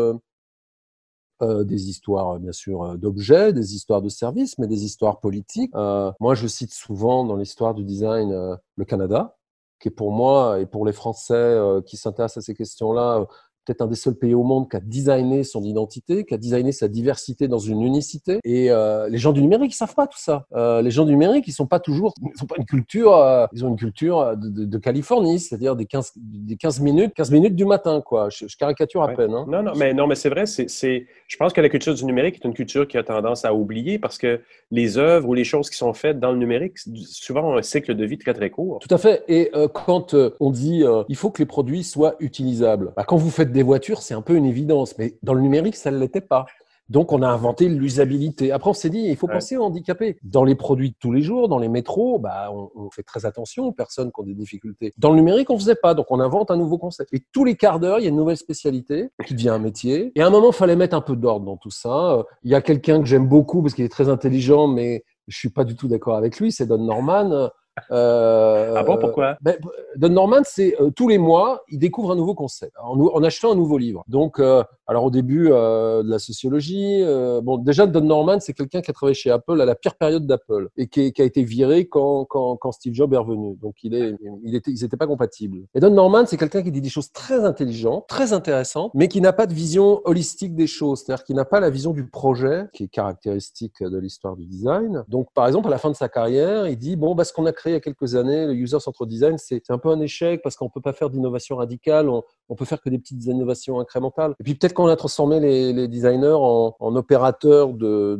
des histoires, bien sûr, d'objets, des histoires de services, mais des histoires politiques. Moi, je cite souvent dans l'histoire du design le Canada, qui est pour moi et pour les Français qui s'intéressent à ces questions-là, peut-être un des seuls pays au monde qui a designé son identité, qui a designé sa diversité dans une unicité. Et les gens du numérique, ils savent pas tout ça. Les gens du numérique, ils sont pas une culture, ils ont une culture de Californie, c'est-à-dire des 15 minutes du matin, quoi. Je caricature à peine. Hein. Non, mais c'est vrai. Je pense que la culture du numérique est une culture qui a tendance à oublier parce que les œuvres ou les choses qui sont faites dans le numérique, souvent ont un cycle de vie très, très court. Tout à fait. Et quand on dit il faut que les produits soient utilisables, quand vous faites des voitures, c'est un peu une évidence, mais dans le numérique, ça ne l'était pas. Donc, on a inventé l'usabilité. Après, on s'est dit, il faut penser aux handicapés. Dans les produits de tous les jours, dans les métros, on fait très attention aux personnes qui ont des difficultés. Dans le numérique, on ne faisait pas. Donc, on invente un nouveau concept. Et tous les quarts d'heure, il y a une nouvelle spécialité qui devient un métier. Et à un moment, il fallait mettre un peu d'ordre dans tout ça. Il y a quelqu'un que j'aime beaucoup parce qu'il est très intelligent, mais je ne suis pas du tout d'accord avec lui, c'est Don Norman. Ah bon, pourquoi? Don Norman, c'est tous les mois, il découvre un nouveau concept en achetant un nouveau livre. Donc, alors au début de la sociologie, déjà Don Norman, c'est quelqu'un qui a travaillé chez Apple à la pire période d'Apple et qui a été viré quand Steve Jobs est revenu. Donc, ils n'étaient pas compatibles. Et Don Norman, c'est quelqu'un qui dit des choses très intelligentes, très intéressantes, mais qui n'a pas de vision holistique des choses, c'est-à-dire qui n'a pas la vision du projet, qui est caractéristique de l'histoire du design. Donc, par exemple, à la fin de sa carrière, il dit ce qu'on a créé il y a quelques années, le user-centered design, c'est un peu un échec parce qu'on ne peut pas faire d'innovation radicale, on peut faire que des petites innovations incrémentales. Et puis peut-être qu'on a transformé les designers en opérateurs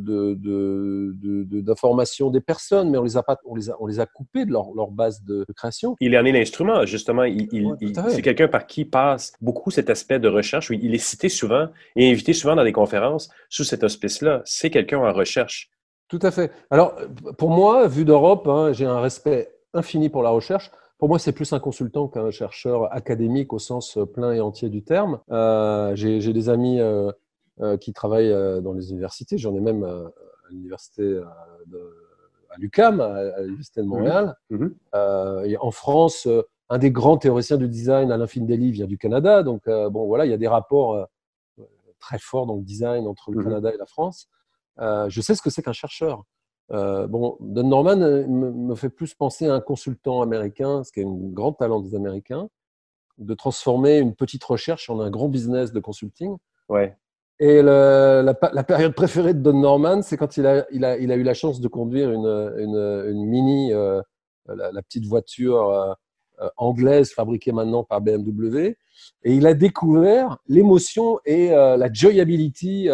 d'information des personnes, mais on les a coupés de leur base de création. Il en est l'instrument, justement. C'est quelqu'un par qui passe beaucoup cet aspect de recherche. Il est cité souvent et invité souvent dans des conférences sous cet auspice-là. C'est quelqu'un en recherche. Tout à fait. Alors, pour moi, vu d'Europe, j'ai un respect infini pour la recherche. Pour moi, c'est plus un consultant qu'un chercheur académique au sens plein et entier du terme. J'ai des amis qui travaillent dans les universités. J'en ai même à l'université à l'UQAM, à l'université de Montréal. Et en France, un des grands théoriciens du design, Alain Findeli, vient du Canada. Donc, voilà, il y a des rapports très forts dans le design entre le Canada et la France. Je sais ce que c'est qu'un chercheur. Don Norman me fait plus penser à un consultant américain, ce qui est un grand talent des Américains, de transformer une petite recherche en un grand business de consulting. Ouais. Et la période préférée de Don Norman, c'est quand il a eu la chance de conduire une Mini, la petite voiture anglaise fabriquée maintenant par BMW, et il a découvert l'émotion et la joyability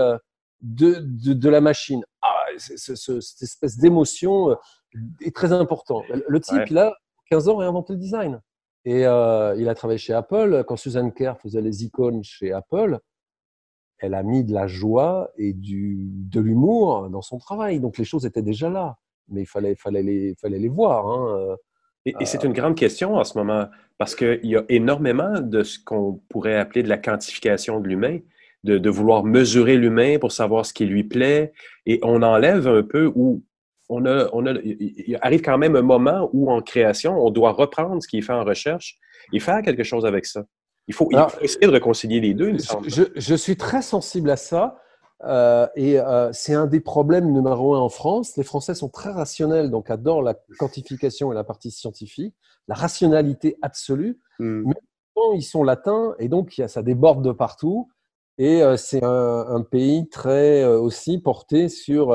de la machine. Cette espèce d'émotion est très importante. Le type, il a 15 ans réinventé le design. Et il a travaillé chez Apple. Quand Susan Kare faisait les icônes chez Apple, elle a mis de la joie et de l'humour dans son travail. Donc les choses étaient déjà là, mais il fallait les voir. Hein. Et c'est une grande question en ce moment, parce qu'il y a énormément de ce qu'on pourrait appeler de la quantification de l'humain, de vouloir mesurer l'humain pour savoir ce qui lui plaît, et on enlève un peu où il arrive quand même un moment où en création, on doit reprendre ce qui est fait en recherche et faire quelque chose avec ça. Il faut essayer de réconcilier les deux, il me semble. Je suis très sensible à ça. C'est un des problèmes numéro 1 en France. Les Français sont très rationnels, donc adorent la quantification et la partie scientifique, la rationalité absolue. Mais ils sont latins et donc ça déborde de partout. Et c'est un pays très aussi porté sur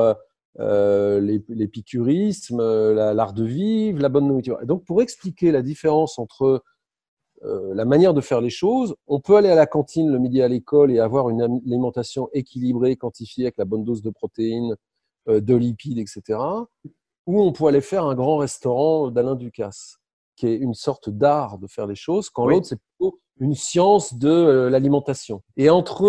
l'épicurisme, l'art de vivre, la bonne nourriture. Et donc pour expliquer la différence entre la manière de faire les choses, on peut aller à la cantine le midi à l'école et avoir une alimentation équilibrée, quantifiée avec la bonne dose de protéines, de lipides, etc. Ou on peut aller faire un grand restaurant d'Alain Ducasse, qui est une sorte d'art de faire les choses, quand l'autre, c'est plutôt une science de l'alimentation. Et entre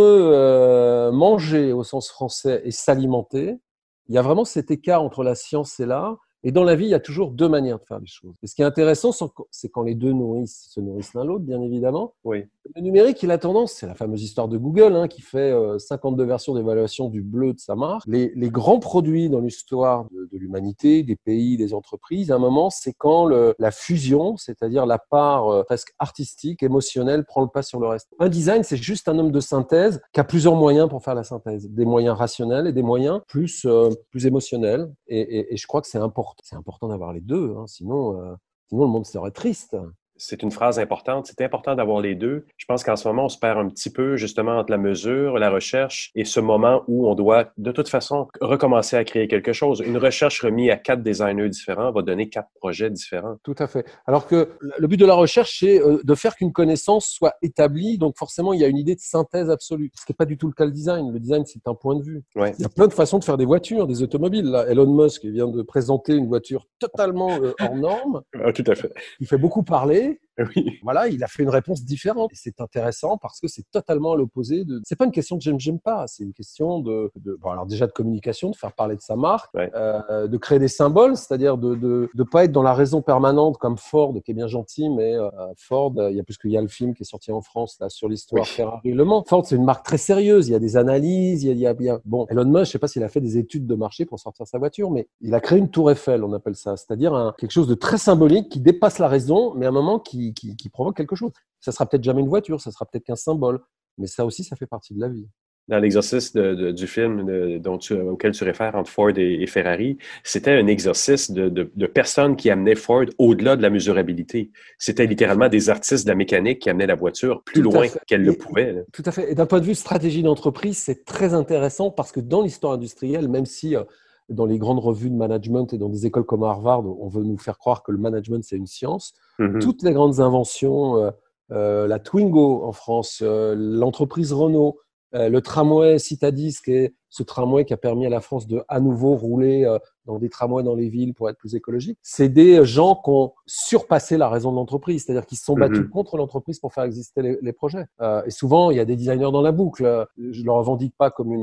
manger au sens français et s'alimenter, il y a vraiment cet écart entre la science et l'art. Et dans la vie, il y a toujours deux manières de faire les choses. Et ce qui est intéressant, c'est quand les deux se nourrissent l'un l'autre, bien évidemment. Oui. Le numérique, il a tendance, c'est la fameuse histoire de Google, qui fait 52 versions d'évaluation du bleu de sa marque. Les grands produits dans l'histoire de l'humanité, des pays, des entreprises, à un moment, c'est quand la fusion, c'est-à-dire la part presque artistique, émotionnelle, prend le pas sur le reste. Un design, c'est juste un homme de synthèse qui a plusieurs moyens pour faire la synthèse. Des moyens rationnels et des moyens plus émotionnels. Et je crois que c'est important. C'est important d'avoir les deux, sinon le monde serait triste. C'est une phrase importante. C'est important d'avoir les deux. Je pense qu'en ce moment, on se perd un petit peu justement entre la mesure, la recherche et ce moment où on doit de toute façon recommencer à créer quelque chose. Une recherche remise à 4 designers différents va donner 4 projets différents. Tout à fait. Alors que le but de la recherche, c'est de faire qu'une connaissance soit établie. Donc forcément, il y a une idée de synthèse absolue. Ce qui n'est pas du tout le cas le design. Le design, c'est un point de vue. Ouais. Il y a plein de façons de faire des voitures, des automobiles. Là, Elon Musk vient de présenter une voiture totalement hors norme. Ah, tout à fait. Il fait beaucoup parler. Oui. Voilà, il a fait une réponse différente. Et c'est intéressant parce que c'est totalement à l'opposé de. C'est pas une question de j'aime pas. C'est une question alors déjà de communication, de faire parler de sa marque, de créer des symboles, c'est-à-dire de pas être dans la raison permanente comme Ford, qui est bien gentil, mais Ford, il y a plus qu'il y a le film qui est sorti en France là sur l'histoire Ferrari Le Mans. Ford, c'est une marque très sérieuse. Il y a des analyses. Il y a... Bon, Elon Musk, je sais pas s'il a fait des études de marché pour sortir sa voiture, mais il a créé une tour Eiffel, on appelle ça, c'est-à-dire quelque chose de très symbolique qui dépasse la raison, mais à un moment qui provoque quelque chose. Ça sera peut-être jamais une voiture, ça sera peut-être qu'un symbole, mais ça aussi, ça fait partie de la vie. Dans l'exercice du film auquel tu réfères entre Ford et Ferrari, c'était un exercice de personnes qui amenaient Ford au-delà de la mesurabilité. C'était littéralement des artistes de la mécanique qui amenaient la voiture plus loin qu'elle le pouvait. Là. Tout à fait. Et d'un point de vue stratégie d'entreprise, c'est très intéressant parce que dans l'histoire industrielle, même si dans les grandes revues de management et dans des écoles comme Harvard, on veut nous faire croire que le management, c'est une science. Toutes les grandes inventions, la Twingo en France, l'entreprise Renault, le tramway Citadis, qui est ce tramway qui a permis à la France de à nouveau rouler dans des tramways dans les villes pour être plus écologique. C'est des gens qui ont surpassé la raison de l'entreprise, c'est-à-dire qu'ils se sont battus contre l'entreprise pour faire exister les projets. Et souvent, il y a des designers dans la boucle. Je ne le revendique pas comme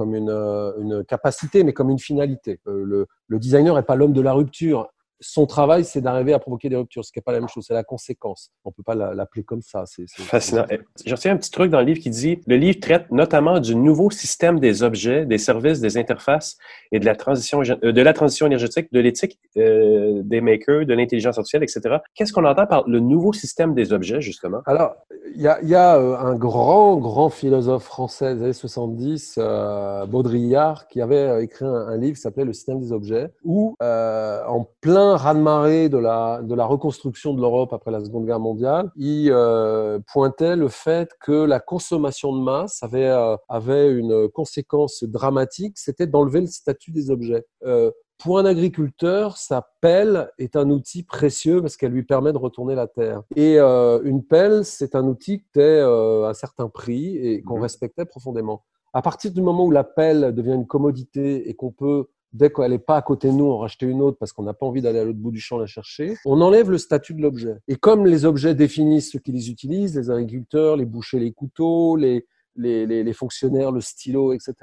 une capacité, mais comme une finalité. Le designer n'est pas l'homme de la rupture. Son travail, c'est d'arriver à provoquer des ruptures, ce qui n'est pas la même chose, c'est la conséquence. On ne peut pas l'appeler comme ça. C'est fascinant. Je retiens un petit truc dans le livre qui dit « Le livre traite notamment du nouveau système des objets, des services, des interfaces et de la transition énergétique, de l'éthique des makers, de l'intelligence artificielle, etc. » Qu'est-ce qu'on entend par le nouveau système des objets, justement? Alors, il y a un grand philosophe français des années 70, Baudrillard, qui avait écrit un livre qui s'appelait « Le système des objets », où en plein raz-de-marée de la reconstruction de l'Europe après la Seconde Guerre mondiale, il pointait le fait que la consommation de masse avait une conséquence dramatique, c'était d'enlever le statut des objets. Pour un agriculteur, sa pelle est un outil précieux parce qu'elle lui permet de retourner la terre. Et une pelle, c'est un outil qui était à un certain prix et qu'on respectait profondément. À partir du moment où la pelle devient une commodité et qu'on peut, dès qu'elle n'est pas à côté de nous, en racheter une autre parce qu'on n'a pas envie d'aller à l'autre bout du champ la chercher, on enlève le statut de l'objet. Et comme les objets définissent ceux qui les utilisent, les agriculteurs, les bouchers, les couteaux, les les fonctionnaires, le stylo, etc.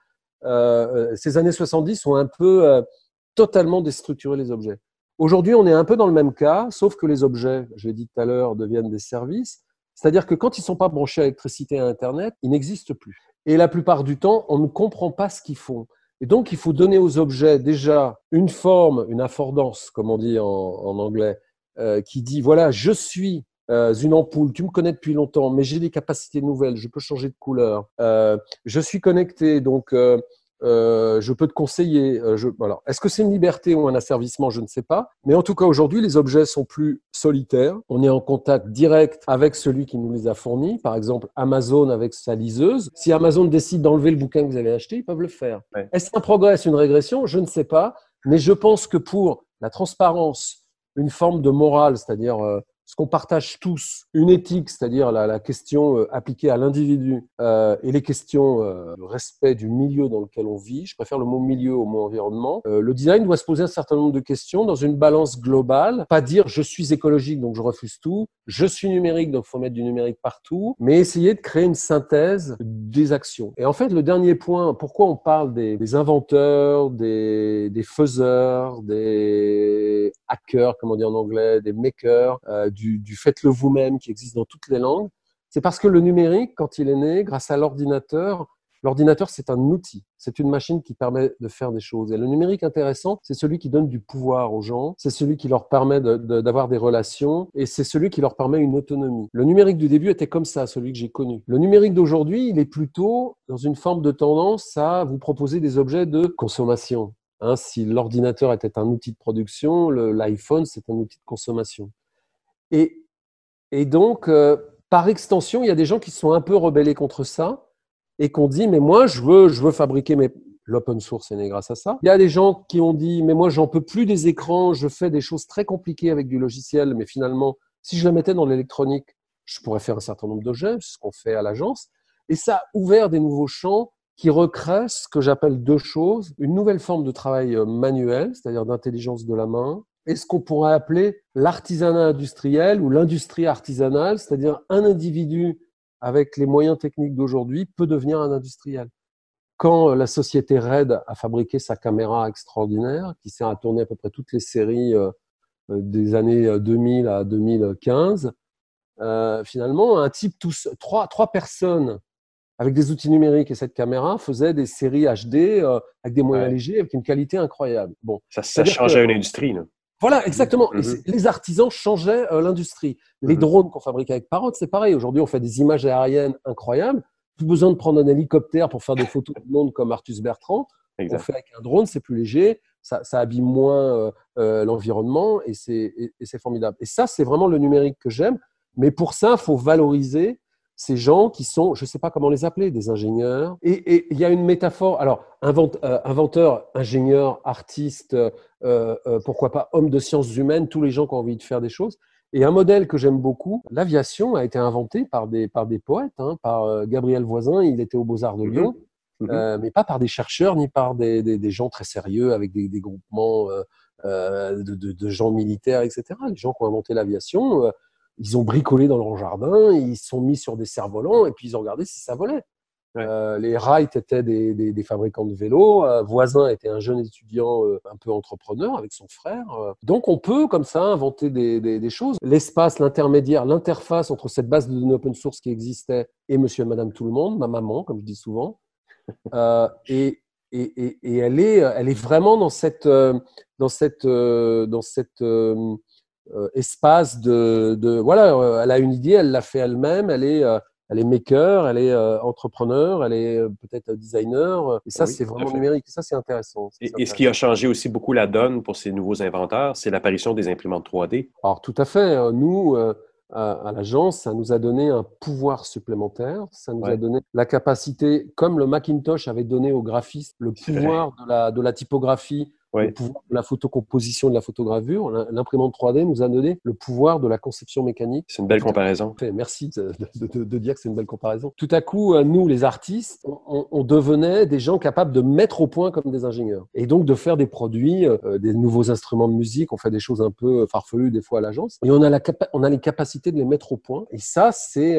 Ces années 70 ont un peu totalement déstructuré les objets. Aujourd'hui, on est un peu dans le même cas, sauf que les objets, je l'ai dit tout à l'heure, deviennent des services. C'est-à-dire que quand ils ne sont pas branchés à l'électricité et à Internet, ils n'existent plus. Et la plupart du temps, on ne comprend pas ce qu'ils font. Et donc, il faut donner aux objets déjà une forme, une affordance, comme on dit en anglais, qui dit, voilà, je suis une ampoule, tu me connais depuis longtemps, mais j'ai des capacités nouvelles, je peux changer de couleur. Je suis connecté, donc je peux te conseiller. Alors, est-ce que c'est une liberté ou un asservissement? Je ne sais pas. Mais en tout cas, aujourd'hui, les objets sont plus solitaires. On est en contact direct avec celui qui nous les a fournis. Par exemple, Amazon avec sa liseuse. Si Amazon décide d'enlever le bouquin que vous avez acheté, ils peuvent le faire. Ouais. Est-ce un progrès, est-ce une régression? Je ne sais pas. Mais je pense que pour la transparence, une forme de morale, c'est-à-dire ce qu'on partage tous, une éthique, c'est-à-dire la question appliquée à l'individu et les questions de respect du milieu dans lequel on vit, je préfère le mot milieu au mot environnement, le design doit se poser un certain nombre de questions dans une balance globale, pas dire je suis écologique donc je refuse tout, je suis numérique donc il faut mettre du numérique partout, mais essayer de créer une synthèse des actions. Et en fait, le dernier point, pourquoi on parle des inventeurs, des faiseurs, des hackers, comme on dit en anglais, des makers, du faites-le vous-même qui existe dans toutes les langues, c'est parce que le numérique, quand il est né, grâce à l'ordinateur, c'est un outil, c'est une machine qui permet de faire des choses. Et le numérique intéressant, c'est celui qui donne du pouvoir aux gens, c'est celui qui leur permet d'avoir des relations et c'est celui qui leur permet une autonomie. Le numérique du début était comme ça, celui que j'ai connu. Le numérique d'aujourd'hui, il est plutôt dans une forme de tendance à vous proposer des objets de consommation. Si l'ordinateur était un outil de production, l'iPhone, c'est un outil de consommation. Et donc, par extension, il y a des gens qui se sont un peu rebellés contre ça et qui ont dit, mais moi, je veux fabriquer l'open source est né grâce à ça. Il y a des gens qui ont dit, mais moi, j'en peux plus des écrans, je fais des choses très compliquées avec du logiciel, mais finalement, si je la mettais dans l'électronique, je pourrais faire un certain nombre d'objets, c'est ce qu'on fait à l'agence. Et ça a ouvert des nouveaux champs qui recréent ce que j'appelle deux choses, une nouvelle forme de travail manuel, c'est-à-dire d'intelligence de la main, et ce qu'on pourrait appeler l'artisanat industriel ou l'industrie artisanale, c'est-à-dire un individu avec les moyens techniques d'aujourd'hui peut devenir un industriel. Quand la société RED a fabriqué sa caméra extraordinaire, qui sert à tourner à peu près toutes les séries des années 2000 à 2015, finalement, un type, trois personnes avec des outils numériques et cette caméra faisaient des séries HD avec des moyens légers, avec une qualité incroyable. Bon, ça changeait une industrie, là. Voilà, exactement. Et les artisans changeaient l'industrie. Les drones qu'on fabrique avec Parrot, c'est pareil. Aujourd'hui, on fait des images aériennes incroyables. Plus besoin de prendre un hélicoptère pour faire des photos du monde comme Arthus Bertrand. Exact. On fait avec un drone, c'est plus léger, ça abîme moins l'environnement et c'est formidable. Et ça, c'est vraiment le numérique que j'aime. Mais pour ça, il faut valoriser ces gens qui sont, je ne sais pas comment les appeler, des ingénieurs. Et il y a une métaphore, alors inventeur, ingénieur, artiste, pourquoi pas homme de sciences humaines, tous les gens qui ont envie de faire des choses. Et un modèle que j'aime beaucoup, l'aviation a été inventé par des poètes, par Gabriel Voisin, il était aux Beaux-Arts de Lyon, mais pas par des chercheurs ni par des gens très sérieux avec des groupements de gens militaires, etc. Les gens qui ont inventé l'aviation, ils ont bricolé dans leur jardin, ils se sont mis sur des cerfs-volants et puis ils ont regardé si ça volait. Ouais. Les Wright étaient des fabricants de vélos. Voisin était un jeune étudiant un peu entrepreneur avec son frère. Donc, on peut comme ça inventer des choses. L'espace, l'intermédiaire, l'interface entre cette base de données open source qui existait et monsieur et madame tout le monde, ma maman, comme je dis souvent. Et elle est vraiment dans cette espace de voilà, elle a une idée, elle l'a fait elle-même, elle est maker, elle est entrepreneur, elle est peut-être designer. Et ça, c'est vraiment numérique. Et ça, c'est intéressant. Et ce qui a changé aussi beaucoup la donne pour ces nouveaux inventeurs, c'est l'apparition des imprimantes 3D. Alors, tout à fait. Nous, à l'agence, ça nous a donné un pouvoir supplémentaire. Ça nous a donné la capacité, comme le Macintosh avait donné aux graphistes le pouvoir de la typographie, le pouvoir de la photocomposition, de la photogravure. L'imprimante 3D nous a donné le pouvoir de la conception mécanique. C'est une belle comparaison. Merci de dire que c'est une belle comparaison. Tout à coup, nous, les artistes, on devenait des gens capables de mettre au point comme des ingénieurs. Et donc, de faire des produits, des nouveaux instruments de musique. On fait des choses un peu farfelues des fois à l'agence. Et on a les capacités de les mettre au point. Et ça, c'est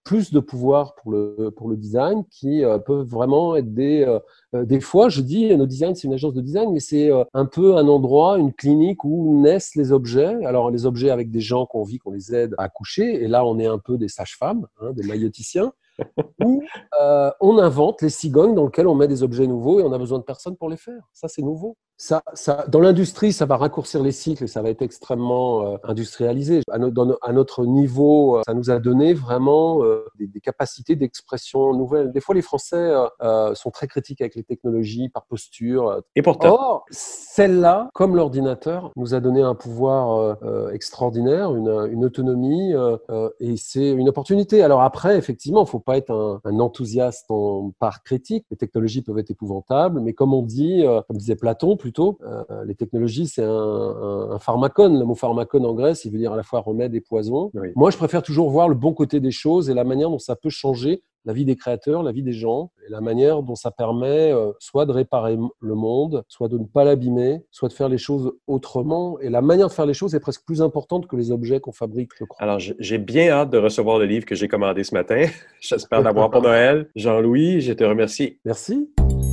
plus de pouvoir pour le design, qui peuvent vraiment être des fois, je dis, nos designs, c'est une agence de design, mais c'est un peu un endroit, une clinique où naissent les objets. Alors, les objets avec des gens qu'on vit, qu'on les aide à accoucher. Et là, on est un peu des sages-femmes, des mailloticiens. Où on invente les cigognes dans lesquelles on met des objets nouveaux et on a besoin de personne pour les faire. Ça, c'est nouveau. Ça, dans l'industrie, ça va raccourcir les cycles et ça va être extrêmement industrialisé. À notre niveau, ça nous a donné vraiment des capacités d'expression nouvelles. Des fois, les Français sont très critiques avec les technologies par posture. Et pourtant. Or, celle-là, comme l'ordinateur, nous a donné un pouvoir extraordinaire, une autonomie et c'est une opportunité. Alors après, effectivement, il ne faut pas être un enthousiaste en part critique. Les technologies peuvent être épouvantables, mais comme on dit, comme disait Platon plutôt, les technologies, c'est un pharmacone. Le mot pharmacone en grec, il veut dire à la fois remède et poison. Oui. Moi, je préfère toujours voir le bon côté des choses et la manière dont ça peut changer la vie des créateurs, la vie des gens, et la manière dont ça permet soit de réparer le monde, soit de ne pas l'abîmer, soit de faire les choses autrement. Et la manière de faire les choses est presque plus importante que les objets qu'on fabrique, je crois. Alors, j'ai bien hâte de recevoir le livre que j'ai commandé ce matin. J'espère l'avoir pour Noël. Jean-Louis, je te remercie. Merci.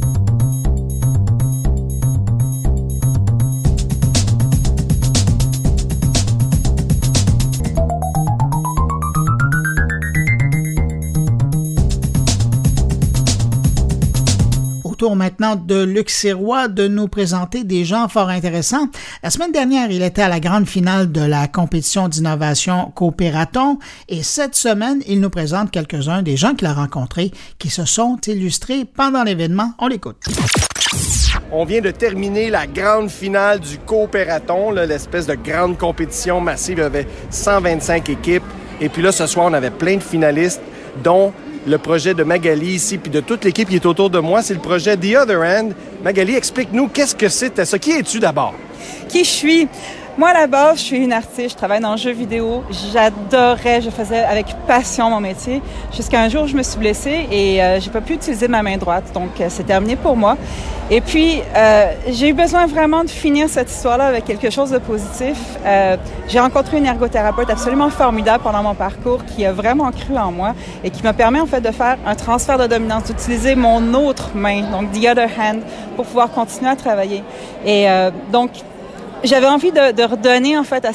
Tour maintenant de Luc Sirois de nous présenter des gens fort intéressants. La semaine dernière, il était à la grande finale de la compétition d'innovation Coopératon et cette semaine, il nous présente quelques-uns des gens qu'il a rencontrés qui se sont illustrés pendant l'événement. On l'écoute. On vient de terminer la grande finale du Coopératon, l'espèce de grande compétition massive. Il y avait 125 équipes. Et puis là, ce soir, on avait plein de finalistes, dont le projet de Magali ici, puis de toute l'équipe qui est autour de moi, c'est le projet The Other Hand. Magali, explique-nous, qu'est-ce que c'était ça? Qui es-tu d'abord? Qui je suis? Moi, à la base, je suis une artiste, je travaille dans le jeu vidéo. J'adorais, je faisais avec passion mon métier. Jusqu'à un jour où je me suis blessée et j'ai pas pu utiliser ma main droite. Donc, c'est terminé pour moi. Et puis, j'ai eu besoin vraiment de finir cette histoire-là avec quelque chose de positif. J'ai rencontré une ergothérapeute absolument formidable pendant mon parcours qui a vraiment cru en moi et qui m'a permis, en fait, de faire un transfert de dominance, d'utiliser mon autre main, donc the other hand, pour pouvoir continuer à travailler. Et donc, j'avais envie de redonner en fait à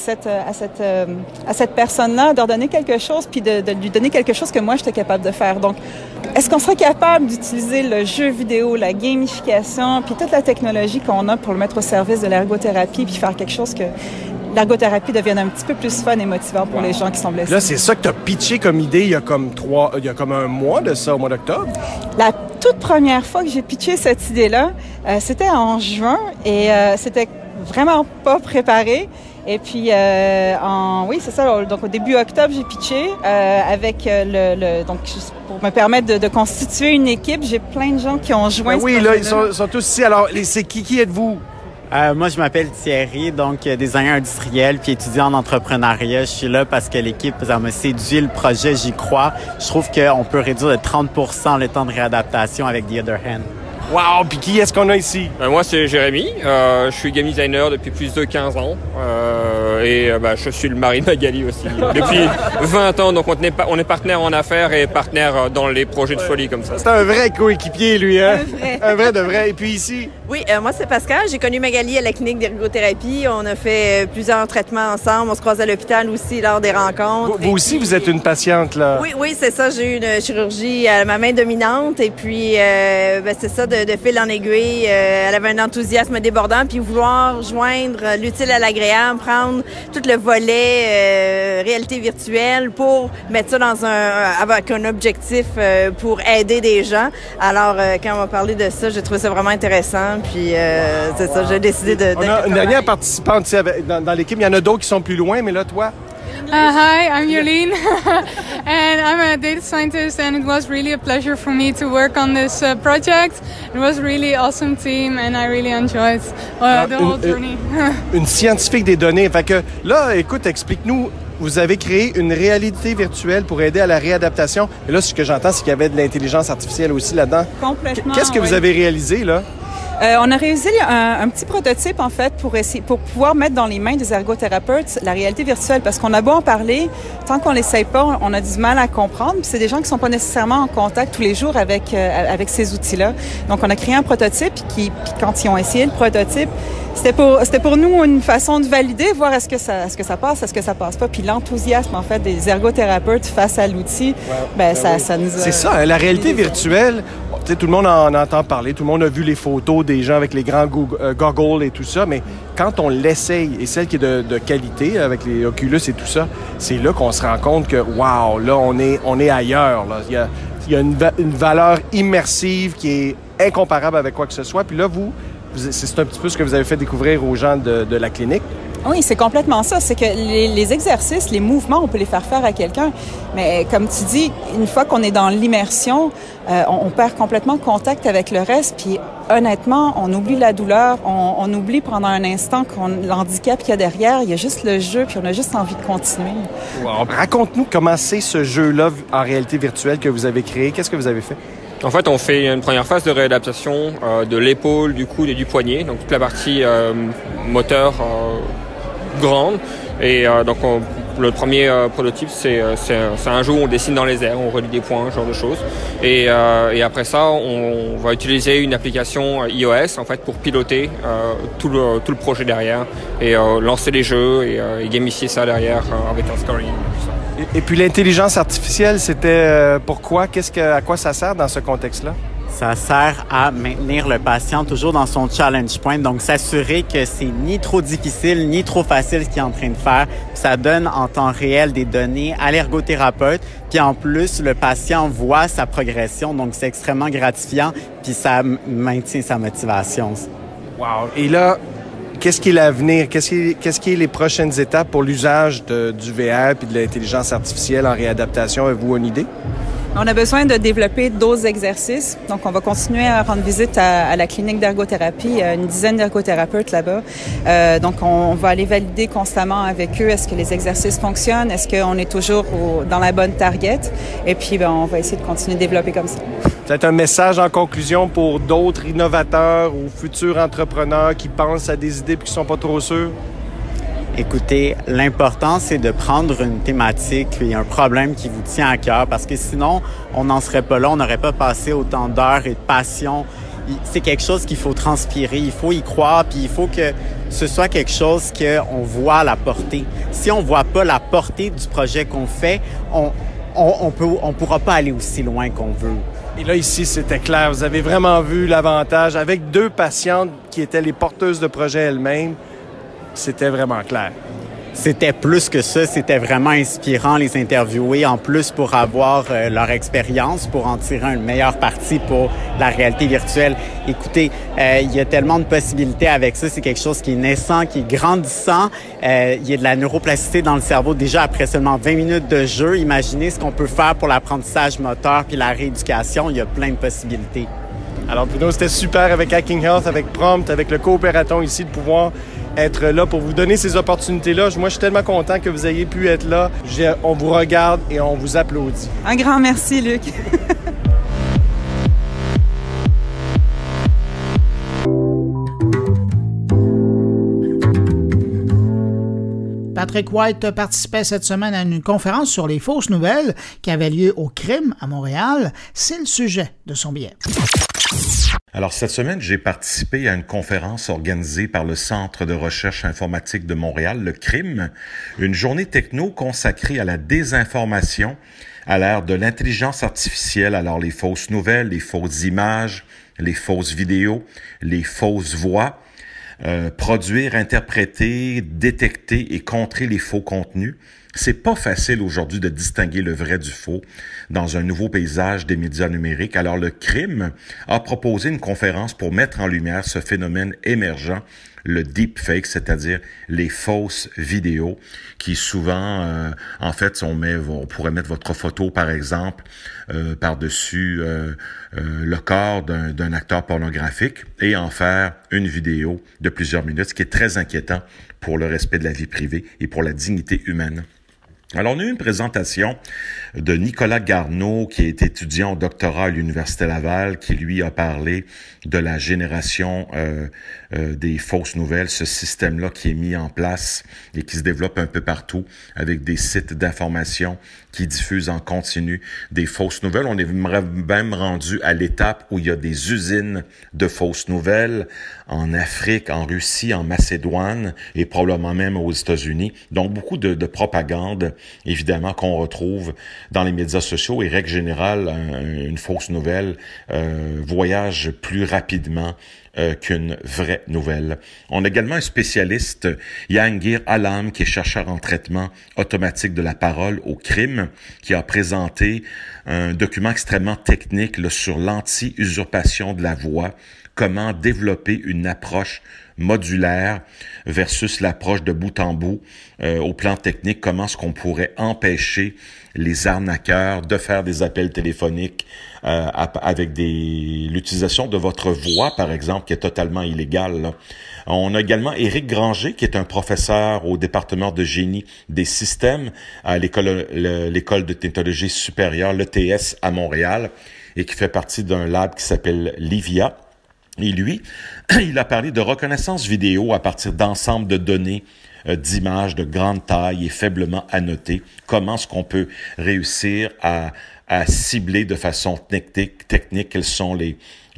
cette personne-là, de redonner quelque chose, puis de lui donner quelque chose que moi j'étais capable de faire. Donc, est-ce qu'on serait capable d'utiliser le jeu vidéo, la gamification, puis toute la technologie qu'on a pour le mettre au service de l'ergothérapie, puis faire quelque chose que l'ergothérapie devienne un petit peu plus fun et motivant pour les gens qui sont blessés. Là, c'est ça que tu as pitché comme idée il y a comme un mois de ça, au mois d'octobre? La toute première fois que j'ai pitché cette idée-là, c'était en juin et c'était vraiment pas préparé. Et puis, oui, c'est ça. Donc, au début octobre, j'ai pitché avec donc, pour me permettre de constituer une équipe. J'ai plein de gens qui ont joint ce projet-là. Là, ils sont tous ici. Alors, c'est qui êtes-vous? Moi, je m'appelle Thierry, donc designer industriel puis étudiant en entrepreneuriat. Je suis là parce que l'équipe, ça m'a séduit, le projet, j'y crois. Je trouve qu'on peut réduire de 30% le temps de réadaptation avec The Other Hand. Wow! Puis qui est-ce qu'on a ici? Moi, c'est Jérémy. Je suis game designer depuis plus de 15 ans. Je suis le mari de Magali aussi. Depuis 20 ans, donc on est partenaire en affaires et partenaire dans les projets de folie comme ça. C'est un vrai coéquipier, lui, hein? Un vrai de vrai. Et puis ici? Oui, moi, c'est Pascal. J'ai connu Magali à la clinique d'ergothérapie. On a fait plusieurs traitements ensemble. On se croise à l'hôpital aussi lors des rencontres. Vous aussi, vous êtes une patiente, là? Oui, c'est ça. J'ai eu une chirurgie à ma main dominante. Et puis, c'est ça, de fil en aiguille. Elle avait un enthousiasme débordant. Puis vouloir joindre l'utile à l'agréable, prendre tout le volet réalité virtuelle pour mettre ça avec un objectif pour aider des gens. Alors, quand on m'a parlé de ça, j'ai trouvé ça vraiment intéressant. Puis, c'est ça, j'ai décidé de... On a une dernière participante ici dans l'équipe. Il y en a d'autres qui sont plus loin, mais là, toi... Hi, I'm Yolene, and I'm a data scientist, and it was really a pleasure for me to work on this project. It was a really awesome team, and I really enjoyed the whole journey. Une scientifique des données. Fait que là, écoute, explique-nous. Vous avez créé une réalité virtuelle pour aider à la réadaptation. Et là, ce que j'entends, c'est qu'il y avait de l'intelligence artificielle aussi là-dedans. Complètement. Qu'est-ce que vous avez réalisé, là? On a réalisé un petit prototype, en fait, pour pouvoir mettre dans les mains des ergothérapeutes la réalité virtuelle. Parce qu'on a beau en parler, tant qu'on l'essaye pas, on a du mal à comprendre. Puis c'est des gens qui sont pas nécessairement en contact tous les jours avec ces outils-là. Donc, on a créé un prototype puis quand ils ont essayé le prototype, c'était pour nous une façon de valider, voir est-ce que ça passe, est-ce que ça passe pas. Puis l'enthousiasme, en fait, des ergothérapeutes face à l'outil, ça nous a... C'est ça, hein, la réalité virtuelle, tu sais, tout le monde en entend parler, tout le monde a vu les photos des gens avec les grands goggles et tout ça, mais quand on l'essaye, et celle qui est de qualité, avec les Oculus et tout ça, c'est là qu'on se rend compte que, wow, là, on est ailleurs. Là. Il y a une valeur immersive qui est incomparable avec quoi que ce soit. Puis là, c'est un petit peu ce que vous avez fait découvrir aux gens de la clinique. Oui, c'est complètement ça. C'est que les exercices, les mouvements, on peut les faire à quelqu'un. Mais comme tu dis, une fois qu'on est dans l'immersion, on perd complètement contact avec le reste. Puis honnêtement, on oublie la douleur. On oublie pendant un instant l'handicap qu'il y a derrière. Il y a juste le jeu, puis on a juste envie de continuer. Wow. Raconte-nous comment c'est ce jeu-là en réalité virtuelle que vous avez créé. Qu'est-ce que vous avez fait? En fait, on fait une première phase de réadaptation de l'épaule, du coude et du poignet, donc toute la partie moteur grande. Et donc, le premier prototype, c'est un jeu où on dessine dans les airs, on relie des points, ce genre de choses. Et après ça, on va utiliser une application iOS en fait pour piloter tout le projet derrière et lancer les jeux et gamifier ça derrière avec un scoring. Tout ça. Et puis l'intelligence artificielle, c'était pourquoi? À quoi ça sert dans ce contexte-là? Ça sert à maintenir le patient toujours dans son challenge point, donc s'assurer que c'est ni trop difficile ni trop facile ce qu'il est en train de faire. Puis ça donne en temps réel des données à l'ergothérapeute, puis en plus le patient voit sa progression, donc c'est extrêmement gratifiant, puis ça maintient sa motivation. Wow! Et là, qu'est-ce qui est l'avenir? Qu'est-ce qui est les prochaines étapes pour l'usage du VR puis de l'intelligence artificielle en réadaptation? Avez-vous une idée? On a besoin de développer d'autres exercices. Donc, on va continuer à rendre visite à la clinique d'ergothérapie. Il y a une dizaine d'ergothérapeutes là-bas. Donc, on va aller valider constamment avec eux est-ce que les exercices fonctionnent, est-ce qu'on est toujours dans la bonne target. Et puis, on va essayer de continuer de développer comme ça. Peut-être un message en conclusion pour d'autres innovateurs ou futurs entrepreneurs qui pensent à des idées et qui ne sont pas trop sûrs? Écoutez, l'important, c'est de prendre une thématique et un problème qui vous tient à cœur parce que sinon, on n'en serait pas là, on n'aurait pas passé autant d'heures et de passion. C'est quelque chose qu'il faut transpirer, il faut y croire, puis il faut que ce soit quelque chose qu'on voit la portée. Si on voit pas la portée du projet qu'on fait, on pourra pas aller aussi loin qu'on veut. Et là, ici, c'était clair. Vous avez vraiment vu l'avantage. Avec 2 patientes qui étaient les porteuses de projet elles-mêmes, c'était vraiment clair. C'était plus que ça, c'était vraiment inspirant les interviewer, en plus pour avoir leur expérience, pour en tirer une meilleure partie pour la réalité virtuelle. Écoutez, il y a tellement de possibilités avec ça, c'est quelque chose qui est naissant, qui est grandissant. Il y a de la neuroplasticité dans le cerveau déjà après seulement 20 minutes de jeu. Imaginez ce qu'on peut faire pour l'apprentissage moteur puis la rééducation, il y a plein de possibilités. Alors Bruno, c'était super avec Hacking Health, avec Prompt, avec le coopératon ici, de pouvoir être là pour vous donner ces opportunités-là. Moi, je suis tellement content que vous ayez pu être là. On vous regarde et on vous applaudit. Un grand merci, Luc. Patrick White participait cette semaine à une conférence sur les fausses nouvelles qui avait lieu au CRIM à Montréal. C'est le sujet de son billet. Alors, cette semaine, j'ai participé à une conférence organisée par le Centre de recherche informatique de Montréal, le CRIM, une journée techno consacrée à la désinformation à l'ère de l'intelligence artificielle. Alors, les fausses nouvelles, les fausses images, les fausses vidéos, les fausses voix, produire, interpréter, détecter et contrer les faux contenus. C'est pas facile aujourd'hui de distinguer le vrai du faux dans un nouveau paysage des médias numériques. Alors, le CRIM a proposé une conférence pour mettre en lumière ce phénomène émergent, le deepfake, c'est-à-dire les fausses vidéos qui souvent, en fait, on pourrait mettre votre photo, par exemple, par-dessus le corps d'un acteur pornographique et en faire une vidéo de plusieurs minutes, ce qui est très inquiétant pour le respect de la vie privée et pour la dignité humaine. Alors, on a eu une présentation de Nicolas Garneau, qui est étudiant au doctorat à l'Université Laval, qui, lui, a parlé de la génération des fausses nouvelles, ce système-là qui est mis en place et qui se développe un peu partout avec des sites d'information qui diffusent en continu des fausses nouvelles. On est même rendu à l'étape où il y a des usines de fausses nouvelles en Afrique, en Russie, en Macédoine et probablement même aux États-Unis. Donc, beaucoup de propagande, évidemment, qu'on retrouve dans les médias sociaux et, règle générale, une fausse nouvelle voyage plus rapidement qu'une vraie nouvelle. On a également un spécialiste, Jahangir Alam, qui est chercheur en traitement automatique de la parole au crime, qui a présenté un document extrêmement technique là, sur l'anti-usurpation de la voix, comment développer une approche modulaire versus l'approche de bout en bout au plan technique, comment est-ce qu'on pourrait empêcher les arnaqueurs de faire des appels téléphoniques avec l'utilisation de votre voix, par exemple, qui est totalement illégale, là. On a également Éric Granger, qui est un professeur au département de génie des systèmes à l'école de technologie supérieure, l'ETS à Montréal, et qui fait partie d'un lab qui s'appelle Livia. Et lui, il a parlé de reconnaissance vidéo à partir d'ensemble de données d'images de grande taille et faiblement annotées. Comment est-ce qu'on peut réussir à cibler de façon technique quelles sont les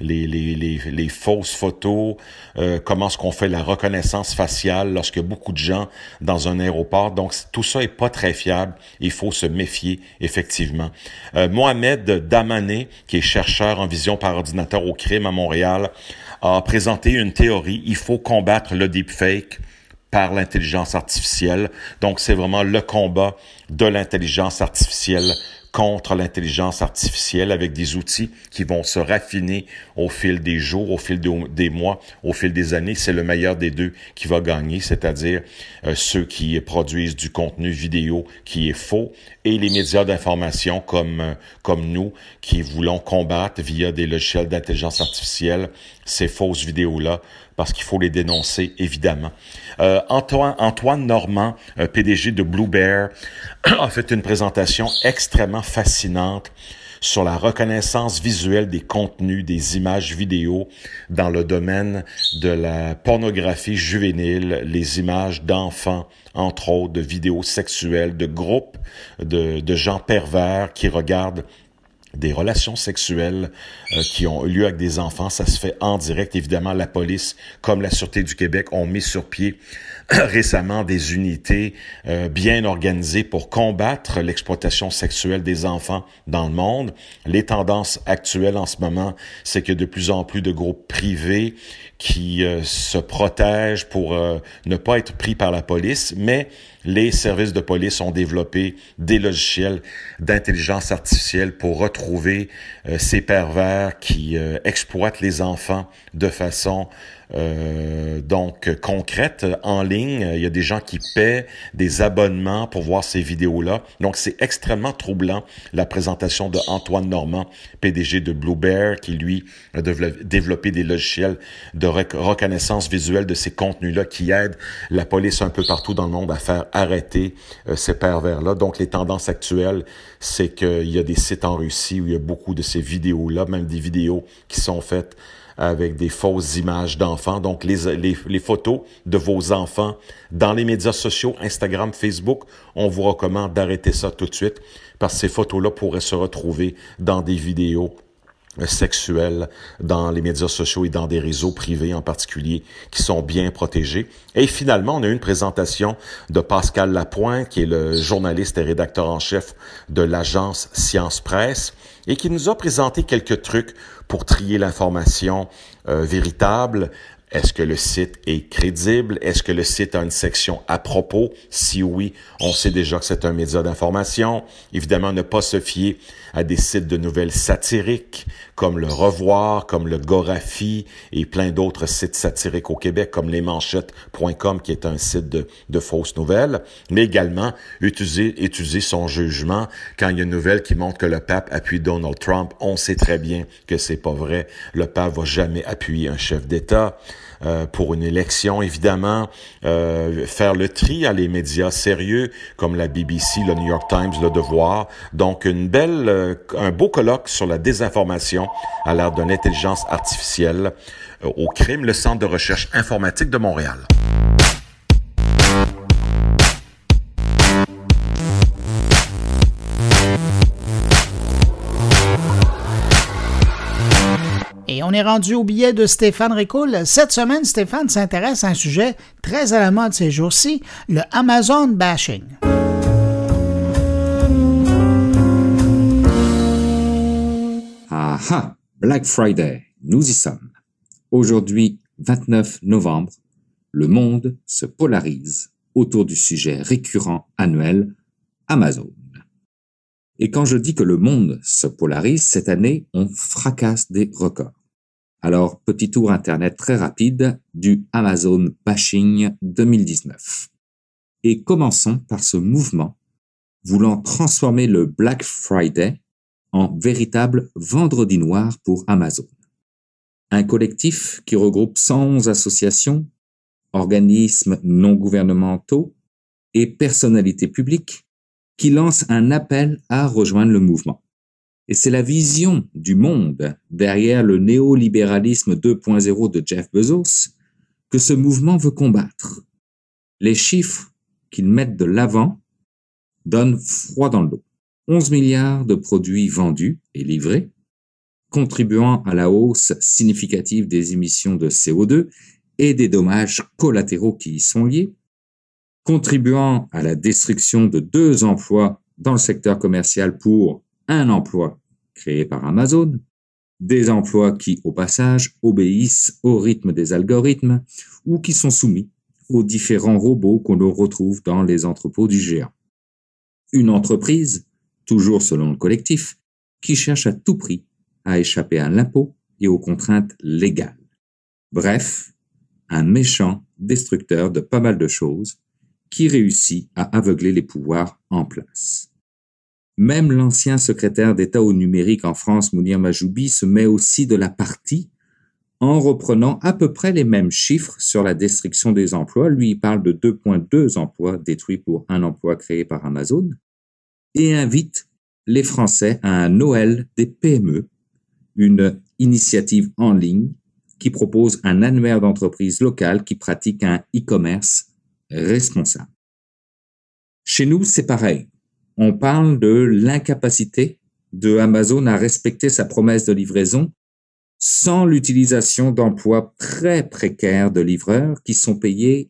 fausses photos, comment est-ce qu'on fait la reconnaissance faciale lorsque beaucoup de gens dans un aéroport. Donc, tout ça est pas très fiable. Il faut se méfier, effectivement. Mohamed Damané, qui est chercheur en vision par ordinateur au crime à Montréal, a présenté une théorie. Il faut combattre le deepfake par l'intelligence artificielle. Donc, c'est vraiment le combat de l'intelligence artificielle contre l'intelligence artificielle avec des outils qui vont se raffiner au fil des jours, au fil des mois, au fil des années. C'est le meilleur des deux qui va gagner, c'est-à-dire ceux qui produisent du contenu vidéo qui est faux et les médias d'information comme nous qui voulons combattre via des logiciels d'intelligence artificielle ces fausses vidéos-là parce qu'il faut les dénoncer, évidemment. Antoine Normand, PDG de Blue Bear, a fait une présentation extrêmement fascinante sur la reconnaissance visuelle des contenus, des images vidéo dans le domaine de la pornographie juvénile, les images d'enfants, entre autres, de vidéos sexuelles, de groupes de gens pervers qui regardent des relations sexuelles qui ont eu lieu avec des enfants. Ça se fait en direct. Évidemment, la police, comme la Sûreté du Québec, ont mis sur pied récemment des unités bien organisées pour combattre l'exploitation sexuelle des enfants dans le monde. Les tendances actuelles en ce moment, c'est qu'il y a de plus en plus de groupes privés qui se protègent pour ne pas être pris par la police, mais les services de police ont développé des logiciels d'intelligence artificielle pour retrouver ces pervers qui exploitent les enfants de façon donc concrète en ligne. Il y a des gens qui paient des abonnements pour voir ces vidéos-là. Donc, c'est extrêmement troublant, la présentation de Antoine Normand, PDG de Blue Bear, qui, lui, a développé des logiciels de reconnaissance visuelle de ces contenus-là qui aident la police un peu partout dans le monde à faire arrêter ces pervers-là. Donc, les tendances actuelles, c'est qu'il y a des sites en Russie où il y a beaucoup de ces vidéos-là, même des vidéos qui sont faites avec des fausses images d'enfants. Donc, les photos de vos enfants dans les médias sociaux, Instagram, Facebook, on vous recommande d'arrêter ça tout de suite parce que ces photos-là pourraient se retrouver dans des vidéos sexuelles dans les médias sociaux et dans des réseaux privés en particulier qui sont bien protégés. Et finalement, on a eu une présentation de Pascal Lapointe, qui est le journaliste et rédacteur en chef de l'agence Science Presse, et qui nous a présenté quelques trucs pour trier l'information véritable. Est-ce que le site est crédible? Est-ce que le site a une section à propos? Si oui, on sait déjà que c'est un média d'information. Évidemment, ne pas se fier à des sites de nouvelles satiriques comme Le Revoir, comme le Gorafi et plein d'autres sites satiriques au Québec comme lesmanchettes.com qui est un site de fausses nouvelles. Mais également, utiliser son jugement quand il y a une nouvelle qui montre que le pape appuie Donald Trump. On sait très bien que c'est pas vrai. Le pape va jamais appuyer un chef d'État. pour une élection, évidemment, faire le tri à les médias sérieux comme la BBC, le New York Times, le Devoir. Donc, un beau colloque sur la désinformation à l'ère de l'intelligence artificielle au CRIM, le Centre de recherche informatique de Montréal. Et on est rendu au billet de Stéphane Ricoul. Cette semaine, Stéphane s'intéresse à un sujet très à la mode ces jours-ci, le Amazon bashing. Ah, Black Friday, nous y sommes. Aujourd'hui, 29 novembre, le monde se polarise autour du sujet récurrent annuel Amazon. Et quand je dis que le monde se polarise, cette année, on fracasse des records. Alors, petit tour Internet très rapide du Amazon bashing 2019. Et commençons par ce mouvement voulant transformer le Black Friday en véritable vendredi noir pour Amazon. Un collectif qui regroupe 111 associations, organismes non gouvernementaux et personnalités publiques qui lance un appel à rejoindre le mouvement. Et c'est la vision du monde derrière le néolibéralisme 2.0 de Jeff Bezos que ce mouvement veut combattre. Les chiffres qu'ils mettent de l'avant donnent froid dans le dos. 11 milliards de produits vendus et livrés, contribuant à la hausse significative des émissions de CO2 et des dommages collatéraux qui y sont liés, contribuant à la destruction de 2 emplois dans le secteur commercial pour 1 emploi créé par Amazon, des emplois qui, au passage, obéissent au rythme des algorithmes ou qui sont soumis aux différents robots qu'on retrouve dans les entrepôts du géant. Une entreprise, toujours selon le collectif, qui cherche à tout prix à échapper à l'impôt et aux contraintes légales. Bref, un méchant destructeur de pas mal de choses qui réussit à aveugler les pouvoirs en place. Même l'ancien secrétaire d'État au numérique en France, Mounir Majoubi, se met aussi de la partie en reprenant à peu près les mêmes chiffres sur la destruction des emplois. Lui, il parle de 2,2 emplois détruits pour 1 emploi créé par Amazon et invite les Français à un Noël des PME, une initiative en ligne qui propose un annuaire d'entreprises locales qui pratiquent un e-commerce responsable. Chez nous, c'est pareil. On parle de l'incapacité de Amazon à respecter sa promesse de livraison sans l'utilisation d'emplois très précaires de livreurs qui sont payés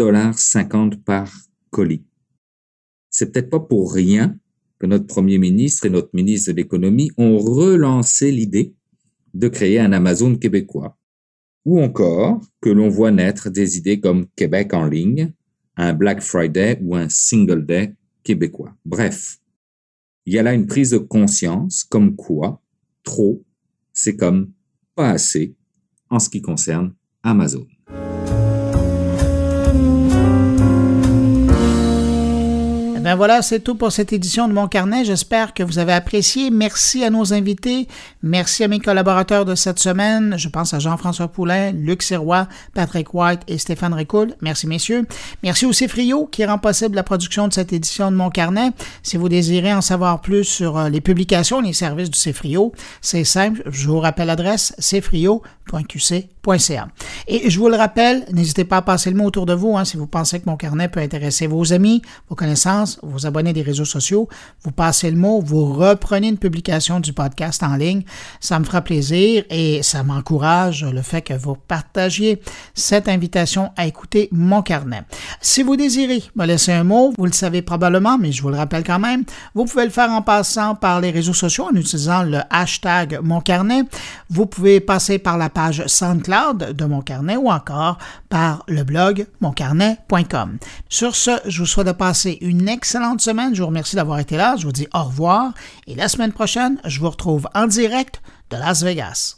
1,50 $ par colis. C'est peut-être pas pour rien que notre Premier ministre et notre ministre de l'Économie ont relancé l'idée de créer un Amazon québécois, ou encore que l'on voit naître des idées comme Québec en ligne, un Black Friday ou un Single Day québécois. Bref, il y a là une prise de conscience comme quoi trop, c'est comme pas assez en ce qui concerne Amazon. Ben voilà, c'est tout pour cette édition de Mon Carnet. J'espère que vous avez apprécié. Merci à nos invités. Merci à mes collaborateurs de cette semaine. Je pense à Jean-François Poulain, Luc Sirois, Patrick White et Stéphane Ricoul. Merci, messieurs. Merci au Cefrio qui rend possible la production de cette édition de Mon Carnet. Si vous désirez en savoir plus sur les publications, les services du Cefrio, c'est simple. Je vous rappelle l'adresse cefrio.qc.ca. Et je vous le rappelle, n'hésitez pas à passer le mot autour de vous si vous pensez que Mon Carnet peut intéresser vos amis, vos connaissances, vous abonnez des réseaux sociaux, vous passez le mot, vous reprenez une publication du podcast en ligne. Ça me fera plaisir et ça m'encourage le fait que vous partagiez cette invitation à écouter Mon Carnet. Si vous désirez me laisser un mot, vous le savez probablement, mais je vous le rappelle quand même, vous pouvez le faire en passant par les réseaux sociaux en utilisant le hashtag Mon Carnet. Vous pouvez passer par la page SoundCloud de Mon Carnet ou encore par le blog moncarnet.com. Sur ce, je vous souhaite de passer une excellente semaine. Je vous remercie d'avoir été là. Je vous dis au revoir. Et la semaine prochaine, je vous retrouve en direct de Las Vegas.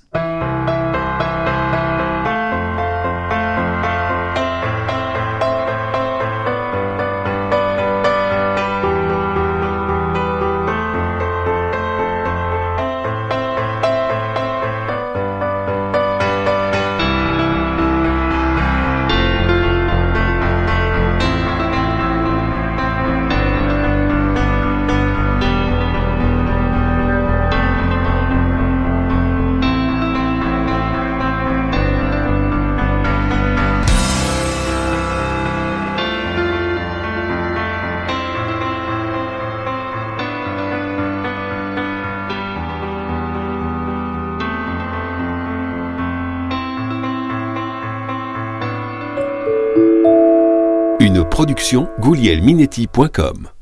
Une production goulielminetti.com.